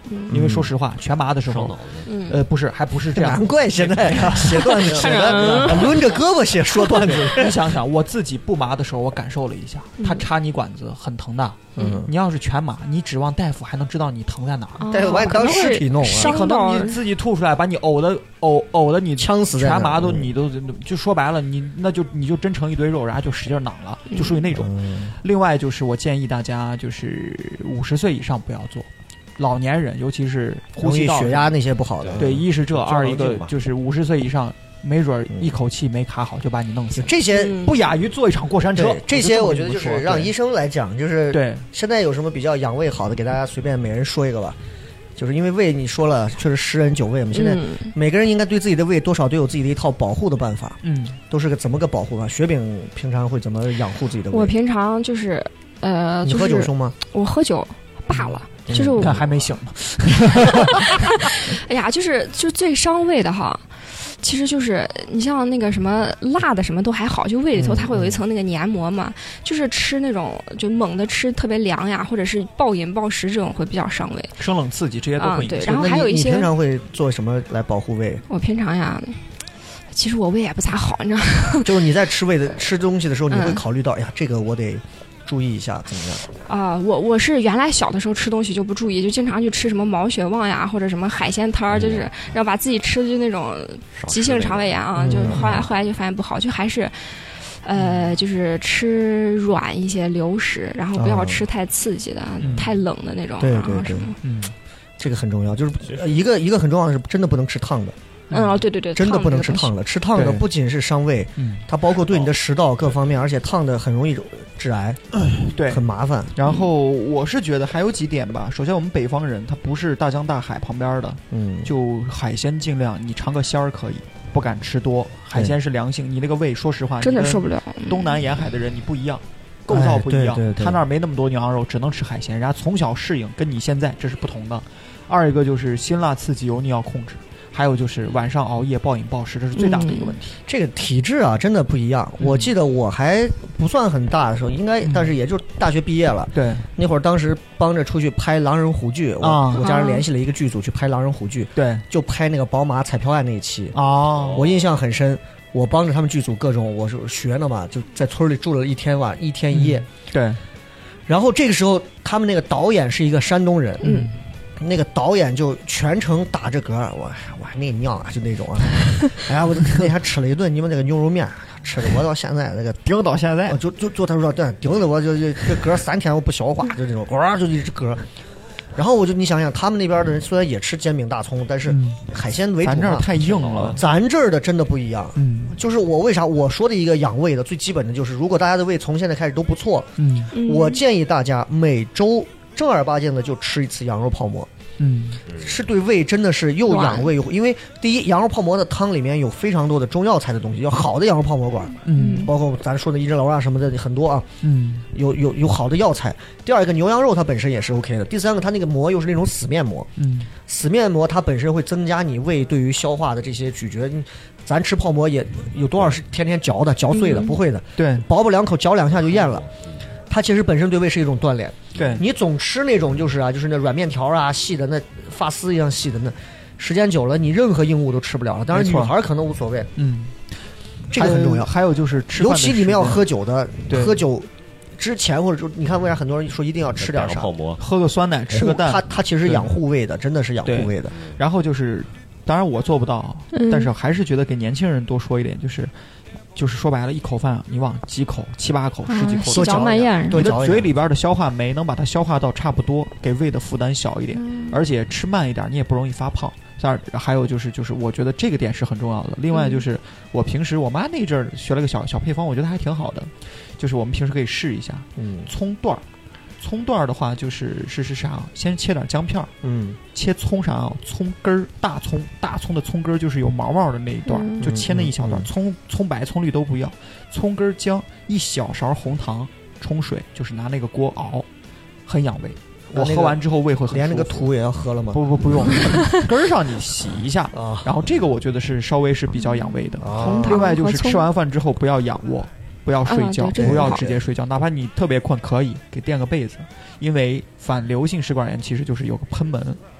因为说实话，全麻的时候，不是，还不是这样。 难怪现在写段子写的抡着胳膊写说段子。 你想想，我自己不麻的时候，我感受了一下，他插你管子很疼的。你要是全麻，你指望大夫还能知道你疼在哪儿？ 大夫把你当尸体弄你可能你自己吐出来，把你呕的你呛死在全麻都你都就说白了，你就真成一堆肉，然后就使劲攮了，就属于那种。另外就是我建议大家就是50岁以上不要做。老年人，尤其是呼吸道血压那些不好的， 对，一是这，二一个就是50岁以上，没准一口气没卡好就把你弄死。 这些不亚于坐一场过山车。 这些我觉得就是让医生来讲，就是对。 现在有什么比较养胃好的，给大家随便每人说一个吧。就是因为胃你说了，确实10人9胃嘛。现在每个人应该对自己的胃多少都有自己的一套保护的办法。都是怎么个保护法？雪饼平常会怎么养护自己的胃？ 我平常就是你喝酒凶吗？ 我喝酒罢了。就是我看还没醒呢。 哎呀，就最伤胃的哈，其实就是你像那个什么辣的什么都还好，就胃里头它会有一层那个黏膜嘛，就是吃那种就猛的吃特别凉呀，或者是暴饮暴食这种会比较伤胃， 生冷刺激这些都会。 对，然后还有一些。 你平常会做什么来保护胃？ 我平常呀。其实我胃也不咋好，你知道吗？ 就是你在吃东西的时候，你会考虑到，哎呀，这个我得注意一下，怎么样？ 我是原来小的时候吃东西就不注意，就经常去吃什么毛血旺呀，或者什么海鲜摊儿，就是然后把自己吃的就那种急性肠胃炎啊，就后来就发现不好，就还是就是吃软一些流食，然后不要吃太刺激的、太冷的那种。 对，这个很重要，就是一个很重要的是真的不能吃烫的。 对， 真的不能吃烫的。吃烫的不仅是伤胃，它包括对你的食道各方面，而且烫的很容易致癌， 对， 很麻烦。 然后我是觉得还有几点吧。首先，我们北方人他不是大江大海旁边的，就海鲜尽量你尝个鲜儿可以，不敢吃多。海鲜是良性，你那个胃说实话真的受不了。 东南沿海的人你不一样。构造不一样，他那儿没那么多牛羊肉，只能吃海鲜，人家从小适应，跟你现在这是不同的。二一个就是辛辣刺激油腻要控制。还有就是晚上熬夜暴饮暴食，这是最大的一个问题。 这个体质啊，真的不一样。我记得我还不算很大的时候，应该，但是也就大学毕业了。 对， 那会儿当时帮着出去拍狼人虎剧，我家人联系了一个剧组去拍狼人虎剧。 对， 就拍那个宝马彩票案那一期。我印象很深。我帮着他们剧组各种，我是学呢嘛，就在村里住了1天1夜。 对，然后这个时候他们那个导演是一个山东人。那个导演就全程打着嗝，我还那尿啊，就那种啊。哎呀，我那天吃了一顿你们那个牛肉面，吃的我到现在那个顶到现在， 就他说对，顶的我就这嗝3天我不消化，就这种呱就一直嗝。然后你想想，他们那边的人虽然也吃煎饼大葱，但是海鲜为主。 咱这儿太硬了， 咱这儿的真的不一样。就是我为啥我说的一个养胃的最基本的就是，如果大家的胃从现在开始都不错，我建议大家每周正儿八经的就吃一次羊肉泡馍。是对胃真的是又养胃，因为第一，羊肉泡馍的汤里面有非常多的中药材的东西，要好的羊肉泡馍馆，包括咱说的一只楼啊什么的很多啊，有好的药材。第二个，牛羊肉它本身也是 OK 的。第三个，它那个馍又是那种死面馍，死面馍它本身会增加你胃对于消化的这些咀嚼。咱吃泡馍也有多少是天天嚼碎的，不会的， 对， 薄薄2口嚼2下就咽了。它其实本身对胃是一种锻炼。 对， 你总吃那种就是那软面条啊，细的那发丝一样细的，那时间久了你任何硬物都吃不了了。当然女孩可能无所谓，这个很重要。 还有就是吃饭， 尤其你们要喝酒的，喝酒之前或者说你看为啥很多人说一定要吃点啥， 喝个酸奶，吃个蛋， 它其实养护胃的，真的是养护胃的。 然后就是当然我做不到，但是还是觉得给年轻人多说一点，就是说白了，一口饭你往几口、7、8口、10几口多嚼慢咽， 你的嘴里边的消化酶能把它消化到差不多，给胃的负担小一点，而且吃慢一点，你也不容易发胖。还有就是我觉得这个点是很重要的。另外就是我平时我妈那阵儿学了个小配方，我觉得还挺好的，就是我们平时可以试一下，葱段的话就是啥，先切点姜片，切葱啥，葱根儿，大葱的葱根儿就是有毛毛的那一段，就切那一小段，葱白葱绿都不要，葱根儿姜1小勺红糖冲水，就是拿那个锅熬，很养胃。我喝完之后胃会很舒服。 连那个土也要喝了吗？ 不用，根儿上你洗一下，然后这个我觉得是稍微是比较养胃的。另外就是吃完饭之后不要仰卧。不要睡觉，不要直接睡觉，哪怕你特别困，可以给垫个被子，因为反流性食管炎其实就是有个喷门，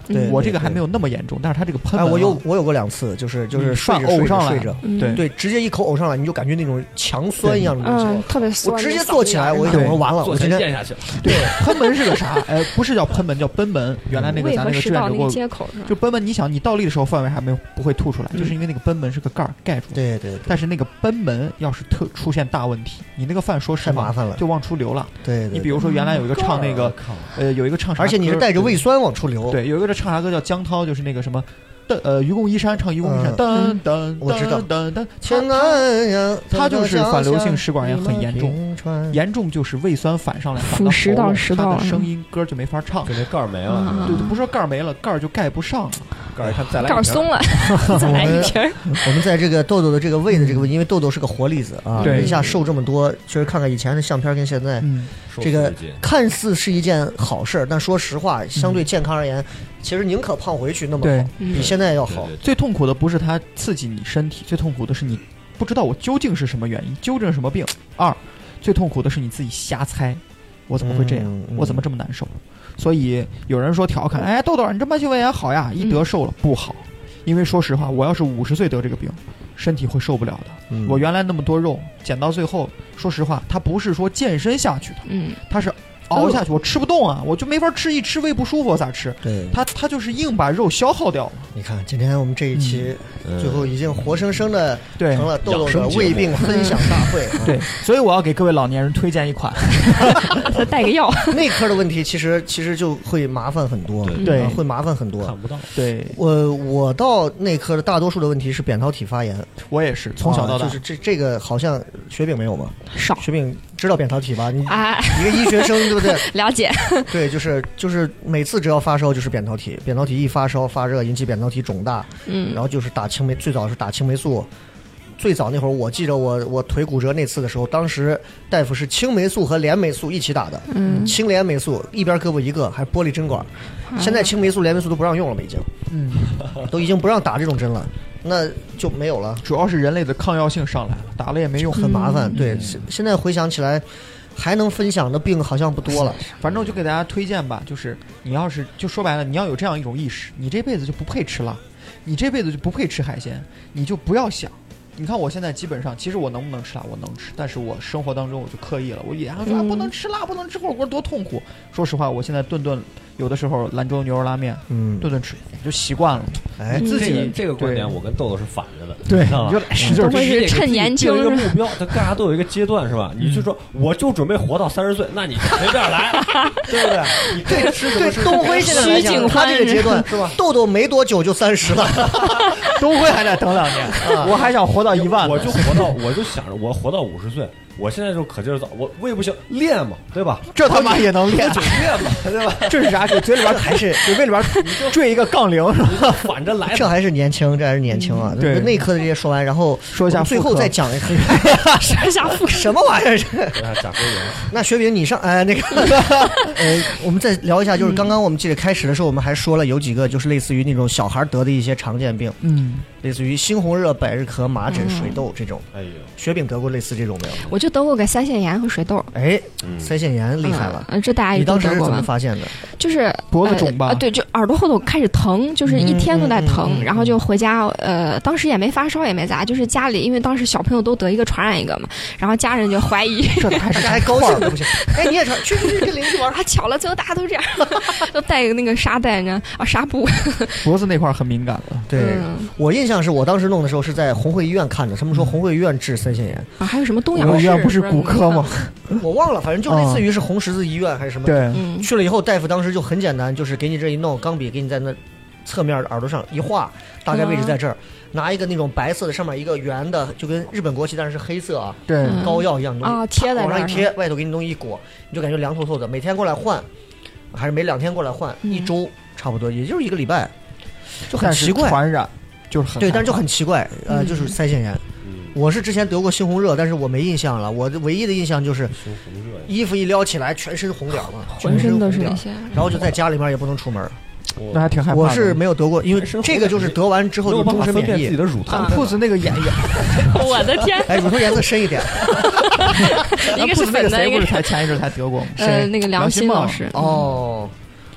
对我这个还没有那么严重，但是他这个喷门， 我有过2次，就是睡着呕上来睡着，对，直接一口呕上来，你就感觉那种强酸一样的东西， 特别酸。 我直接坐起来，我一想我说完了，我今天咽下去了。 对，喷门是个啥？不是叫喷门，叫贲门。原来那个咱那个志愿者过，就贲门，你想你倒立的时候范围还不会吐出来，就是因为那个贲门是个盖儿盖住。 对对。 但是那个贲门要是出现大问题，你那个饭说实话太麻烦了， 就往出流了。 对。 你比如说原来有一个唱那个，有一个唱啥歌， 而且你是带着胃酸往出流。 对，有一个唱啥歌叫江涛，就是那个什么。愚公移山唱愚公移山，噔噔， 我知道， 噔噔，他就是反流性食管炎很严重，严重就是胃酸反上来， 腐蚀到食道， 他的声音歌就没法唱， 就那盖儿没了。 对，不是说盖儿没了，盖儿就盖不上了， 盖儿看再来， 盖儿松了，再来一瓶。 我们在这个豆豆的这个胃的这个，因为豆豆是个活粒子啊，一下瘦这么多，就是看看以前的相片跟现在，这个看似是一件好事，但说实话，相对健康而言。其实宁可胖回去那么好，比现在要好。 最痛苦的不是它刺激你身体，最痛苦的是你不知道我究竟是什么原因，究竟什么病。最痛苦的是你自己瞎猜，我怎么会这样？我怎么这么难受？所以有人说调侃，哎，豆豆你这慢性胃炎好呀，一得瘦了不好，因为说实话，我要是50岁得这个病，身体会受不了的。我原来那么多肉减到最后，说实话，它不是说健身下去的，它是。熬下去，我吃不动啊，我就没法吃，一吃胃不舒服，我咋吃？ 对， 他就是硬把肉消耗掉了。 你看，今天我们这一期最后已经活生生的成了豆豆的胃病分享大会。 对，所以我要给各位老年人推荐一款， 带个药。 内科的问题其实就会麻烦很多， 对， 会麻烦很多。 看不到。 对， 我到内科的大多数的问题是扁桃体发炎， 我也是从小到大。 就是这个好像雪饼没有吗？ 少。 雪饼知道扁桃体吧？你一个医学生对不对？ 了解。 对，就是每次只要发烧就是扁桃体，扁桃体一发烧发热引起扁桃体肿大，然后就是打青霉，最早是打青霉素。最早那会儿我记得我腿骨折那次的时候，当时大夫是青霉素和链霉素一起打的，青链霉素一边胳膊一个，还玻璃针管。现在青霉素链霉素都不让用了嘛，已经，都已经不让打这种针了，那就没有了。 主要是人类的抗药性上来了，打了也没用， 很麻烦。对，现在回想起来。还能分享的病好像不多了， 反正我就给大家推荐吧，就是你要是就说白了，你要有这样一种意识，你这辈子就不配吃辣，你这辈子就不配吃海鲜，你就不要想。你看我现在基本上，其实我能不能吃辣，我能吃，但是我生活当中我就刻意了，我也说不能吃辣，不能吃火锅，多痛苦。说实话，我现在顿有的时候兰州牛肉拉面，顿顿吃就习惯了。 哎， 自己这个观点我跟豆豆是反着的， 对，你就使劲是趁年轻， 一个目标，他干啥都有一个阶段，是吧？你就说我就准备活到30岁，那你就随便来，对不对？你对吃什么？ 对东辉现在来讲，他这个阶段是吧？豆豆没多久就30了， 东辉还得等2年，我还想活到1万， 我就想着我活到50岁。我现在就可劲儿造，我胃不行练嘛，对吧？ 这他妈也能练， 就练嘛，对吧？ 这是啥？嘴里边还是胃里边坠一个杠铃， 反着来。 这还是年轻，啊！ 对， 内科的这些说完，然后说一下最后再讲一个， 说一下妇科什么玩意儿？ 甲沟炎。 那雪饼你上那个我们再聊一下，就是刚刚我们记得开始的时候，我们还说了有几个就是类似于那种小孩得的一些常见病，类似于猩红热、百日咳、麻疹、水痘这种。哎呦，雪饼得过类似这种没有？ 我就得过个腮腺炎和水痘。 哎，腮腺炎厉害了。 这大家也都得过吧？ 你当时是怎么发现的？ 就是脖子肿吧？ 对，就耳朵后头开始疼，就是一天都在疼，然后就回家。当时也没发烧，也没咋，就是家里因为当时小朋友都得一个传染一个嘛，然后家人就怀疑。 这还高兴的不行。哎，你也传？去跟邻居玩。 还巧了，最后大家都这样，都带一个那个纱带呢纱布。 脖子那块很敏感的。 对，我印象是我当时弄的时候是在红会医院看的，他们说红会医院治腮腺炎啊，还有什么东阳市？医院不是骨科吗？ 我忘了，反正就类似于是红十字医院还是什么。 对， 去了以后，大夫当时就很简单，就是给你这一弄，钢笔给你在那侧面耳朵上一画，大概位置在这儿，拿一个那种白色的，上面一个圆的，就跟日本国旗但是是黑色啊， 对， 膏药一样的东西贴在往上一贴，外头给你弄一裹，你就感觉凉透透的。每天过来换，还是每2天过来换，1周差不多，也就是1个礼拜，就很奇怪。 传染就是很对，但是就很奇怪，就是腮腺炎。我是之前得过猩红热，但是我没印象了。我唯一的印象就是衣服一撩起来，全身红点嘛， 浑身都是那些， 然后就在家里面也不能出门。 那还挺害怕的。 我是没有得过，因为这个就是得完之后就终身免疫。 自己的乳头， 铺子那个眼影， 我的天！ 哎，乳头颜色深一点。 一个是粉的， 谁不是前一阵才得过吗？ 那个梁心老师。 哦，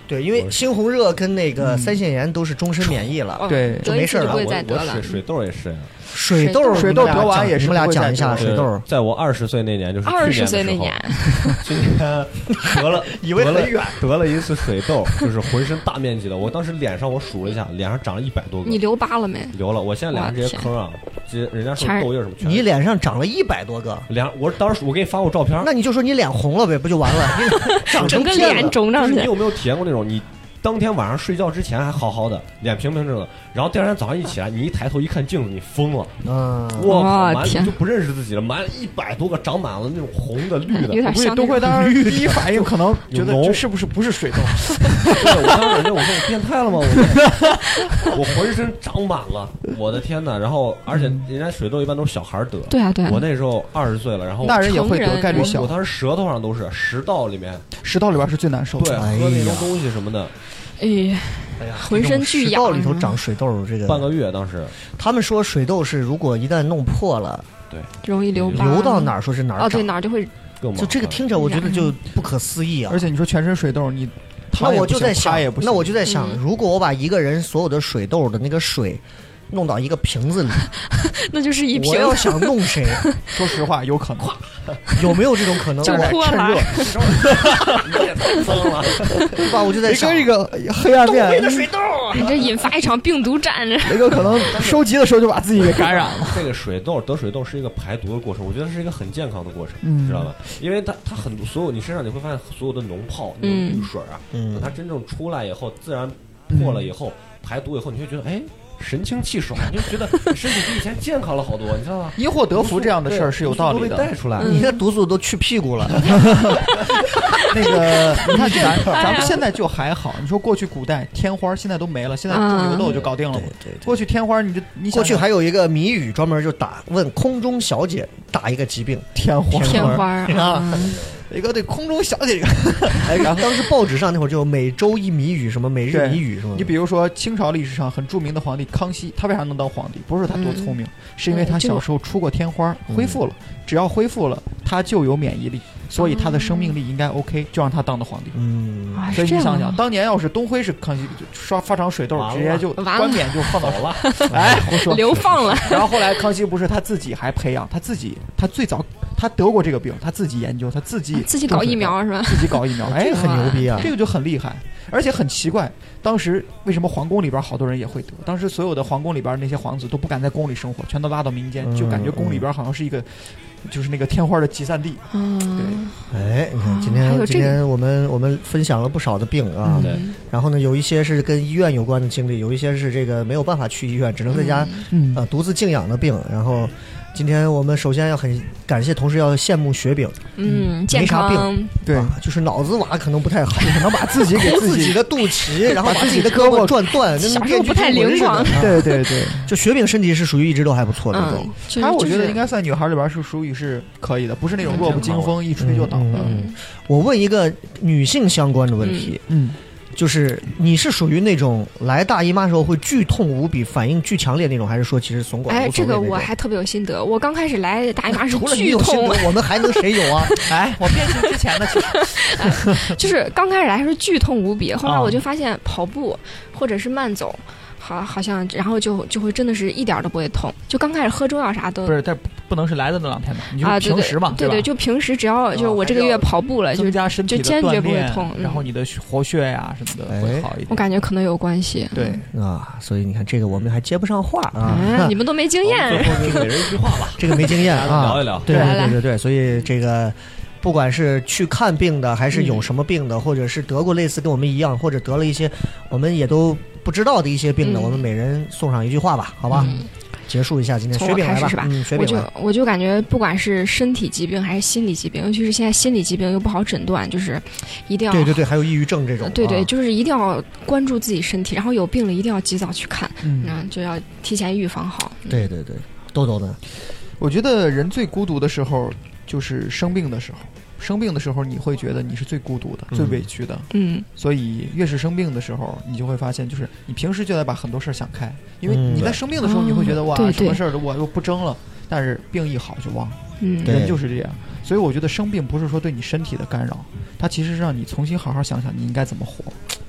对，因为猩红热跟那个三腺炎都是终身免疫了， 对就没事了。 不会再得了。 水痘也是呀。 水痘得完也是你们俩讲一下水痘。 在我20岁那年，就是 20岁那年， 今年得了， 以为很远， 得了一次水痘，就是浑身大面积的。我当时脸上我数了一下，脸上长了100多个。 你留疤了没？ 留了，我现在脸上这些坑啊，人家说痘印什么， 你脸上长了100多个。 我当时我给你发过照片， 那你就说你脸红了呗，不就完了？长整个脸肿上去。 你有没有体验过那种你？当天晚上睡觉之前还好好的，脸平平正的，然后第二天早上一起来，你一抬头一看镜子，你疯了，我靠，你就不认识自己了，满100多个，长满了那种红的、绿的， 有点像东辉当时第一反应可能觉得这是不是水痘？ 对，我当时我说我变态了吗？我浑身长满了，我的天哪！然后而且人家水痘一般都是小孩得， 对啊对啊。 我那时候20岁了，然后大人也会得，概率小。 我当时舌头上都是，食道里面是最难受的， 对，喝那种东西什么的。 哎呀，浑身巨痒。 食道里头长水痘，这个半个月。当时他们说水痘是如果一旦弄破了， 对， 容易留疤， 流到哪儿说是哪儿长， 对哪儿就会。 就这个听着我觉得就不可思议啊！ 而且你说全身水痘， 那我就在想，如果我把一个人所有的水痘的那个水弄到一个瓶子里， 那就是一瓶。 我要想弄谁， 说实话，有可能。 有没有这种可能？ 就我趁热， 你也太脏了， 对吧？我就在想， 一个黑暗面， 东北的水痘， 你这引发一场病毒战。 那个可能收集的时候就把自己给感染了。 这个得水痘是一个排毒的过程，我觉得是一个很健康的过程，知道吧？因为它很多所有你身上你会发现所有的脓泡、那种氯水啊，它真正出来以后，自然破了以后，排毒以后，你会觉得哎。神清气爽，就觉得身体比以前健康了好多，你知道吗？ 因祸得福这样的事儿是有道理的。 都被带出来， 你的毒素都去屁股了。 那个，你看咱们现在就还好。你说过去古代天花现在都没了，现在种牛痘就搞定了嘛。 对， 过去天花你过去还有一个谜语，专门就问空中小姐打一个疾病， 天花啊。 一个对空中小姐， 然后当时报纸上那会儿就有每周一谜语，什么每日谜语什么。 你比如说清朝历史上很著名的皇帝康熙，他为啥能当皇帝？不是他多聪明，是因为他小时候出过天花，恢复了。只要恢复了，他就有免疫力，所以他的生命力应该 OK， 就让他当的皇帝。所以你想想，当年要是东辉是康熙发场水痘，直接就冠冕就放倒了。哎，胡说， 流放了。 然后后来康熙不是他自己还培养，他最早他得过这个病，他自己研究，他自己搞疫苗是吧？ 自己搞疫苗， 哎，很牛逼啊！ 这个就很厉害，而且很奇怪，当时为什么皇宫里边好多人也会得？当时所有的皇宫里边那些皇子都不敢在宫里生活，全都拉到民间，就感觉宫里边好像是一个。就是那个天花的集散地。 对，哎，你看今天我们分享了不少的病啊，然后呢，有一些是跟医院有关的经历，有一些是这个没有办法去医院，只能在家独自静养的病。然后今天我们首先要很感谢，同时要羡慕雪饼， 健康， 没啥病，对，就是脑子瓦可能不太好， 可能把自己给自己的肚脐，然后把自己的胳膊转断， 小时候不太灵光。 对， 就雪饼身体是属于一直都还不错的， 他我觉得应该在女孩里边是属于是可以的，不是那种弱不禁风一吹就倒的。 我问一个女性相关的问题，就是你是属于那种来大姨妈时候会剧痛无比、反应巨强烈那种，还是说其实怂管无所谓？ 这个我还特别有心得。我刚开始来大姨妈是剧痛， 我们还能谁有啊？ 哎，我变性之前的其实就是刚开始来是剧痛无比，后来我就发现跑步或者是慢走。好像，然后就会真的是一点都不会痛。就刚开始喝中药啥都不是，但不能是来的那2天嘛，你就平时嘛， 对，就平时只要就是我这个月跑步了， 增加身体的就坚决不会痛， 然后你的活血呀什么的会好一点。 我感觉可能有关系。 对啊，所以你看这个我们还接不上话啊， 你们都没经验。 每人一句话吧， 这个没经验啊， 聊一聊。 对，所以这个。不管是去看病的，还是有什么病的，或者是得过类似跟我们一样，或者得了一些我们也都不知道的一些病的，我们每人送上一句话吧，好吧？结束一下今天雪饼来吧， 是吧？ 雪饼来。 我就感觉不管是身体疾病还是心理疾病，尤其是现在心理疾病又不好诊断，就是一定要对，还有抑郁症这种。 对，就是一定要关注自己身体，然后有病了一定要及早去看，就要提前预防好。 对，豆豆呢？ 我觉得人最孤独的时候。就是生病的时候，生病的时候你会觉得你是最孤独的、最委屈的。所以越是生病的时候，你就会发现，就是你平时就得把很多事想开，因为你在生病的时候，你会觉得哇，什么事儿我又不争了，但是病一好就忘了。人就是这样。所以我觉得生病不是说对你身体的干扰，它其实是让你重新好好想想你应该怎么活。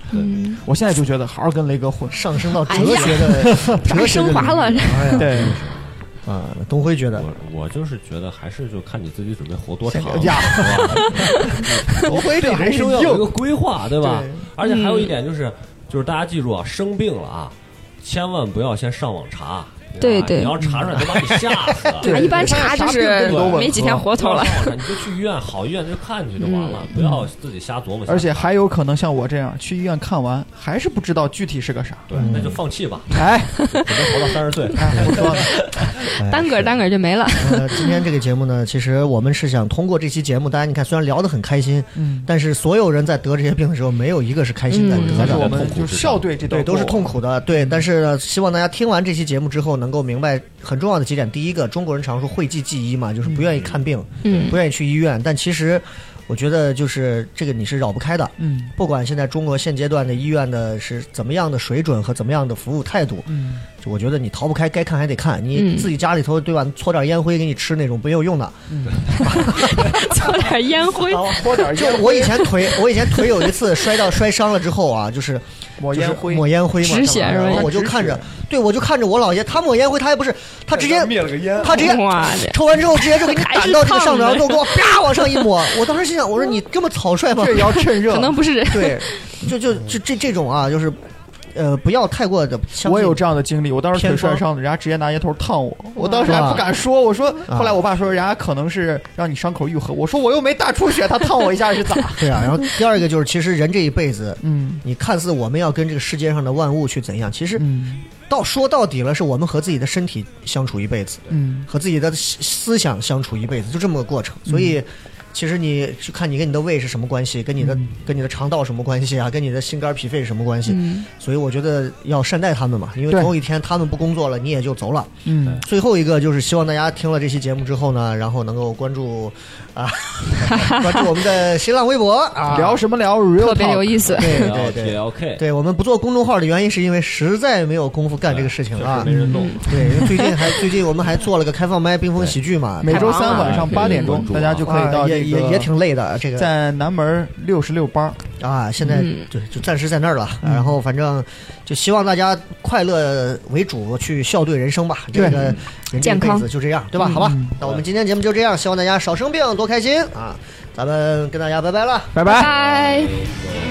我现在就觉得好好跟雷哥混。 上升到哲学的哲学升华了。 对。 啊，东辉觉得， 我就是觉得还是就看你自己准备活多长呀。 东辉这人生要有一个规划，对吧？ 对而且还有一点就是大家记住啊，生病了啊，千万不要先上网查。 对对， 你要查出来都把你吓死了。 对，一般查就是没几天活头了。 你就去医院，好医院就看去就完了，不要自己瞎琢磨。 而且还有可能像我这样去医院看完，还是不知道具体是个啥。 对，那就放弃吧。 哎， 准备活到30岁， 不说了， 单个就没了。 今天这个节目呢，其实我们是想通过这期节目，大家你看虽然聊得很开心，但是所有人在得这些病的时候，没有一个是开心的， 但是我们就笑对这对都是痛苦的，对。但是呢，希望大家听完这期节目之后，能够明白很重要的几点。第一个，中国人常说讳疾忌医嘛，就是不愿意看病，不愿意去医院。但其实我觉得就是这个你是绕不开的。不管现在中国现阶段的医院的是怎么样的水准和怎么样的服务态度，就我觉得你逃不开，该看还得看。你自己家里头对吧，搓点烟灰给你吃那种没有用的， 搓点烟灰， 搓点就我以前腿有一次摔伤了之后啊，就是抹烟灰嘛， 止血是吧？ 我就看着我姥爷，他抹烟灰，他也不是，他直接灭了个烟， 他直接抽完之后直接就给你掸到这个上头，然后给我啪往上一抹。我当时心想，我说你这么草率吗？ 这也要趁热， 可能不是人。 对，就这种啊，就是。不要太过的。 我有这样的经历，我当时腿摔伤了，人家直接拿烟头烫我，我当时还不敢说。我说，后来我爸说，人家可能是让你伤口愈合。我说我又没大出血，他烫我一下是咋？ 对啊。然后第二个就是，其实人这一辈子，你看似我们要跟这个世界上的万物去怎样，其实说到底了，是我们和自己的身体相处一辈子，和自己的思想相处一辈子，就这么个过程。所以。其实你去看你跟你的胃是什么关系，跟你的肠道什么关系啊，跟你的心肝脾肺是什么关系，所以我觉得要善待他们嘛，因为总有一天他们不工作了，你也就走了。最后一个就是希望大家听了这期节目之后呢，然后能够关注关注我们的新浪微博啊， 聊什么聊， 特别有意思。 对，对，我们不做公众号的原因是因为实在没有功夫干这个事情啊， 没人弄。 对，因为最近我们还做了个开放麦冰封喜剧嘛， 每周3晚上8点钟，大家就可以到也挺累的，这个在南门66班啊，现在对就暂时在那儿了。然后反正就希望大家快乐为主，去笑对人生吧。这个人这辈子就这样，对吧？好吧，那我们今天节目就这样，希望大家少生病，多开心啊！咱们跟大家拜拜了， 拜拜。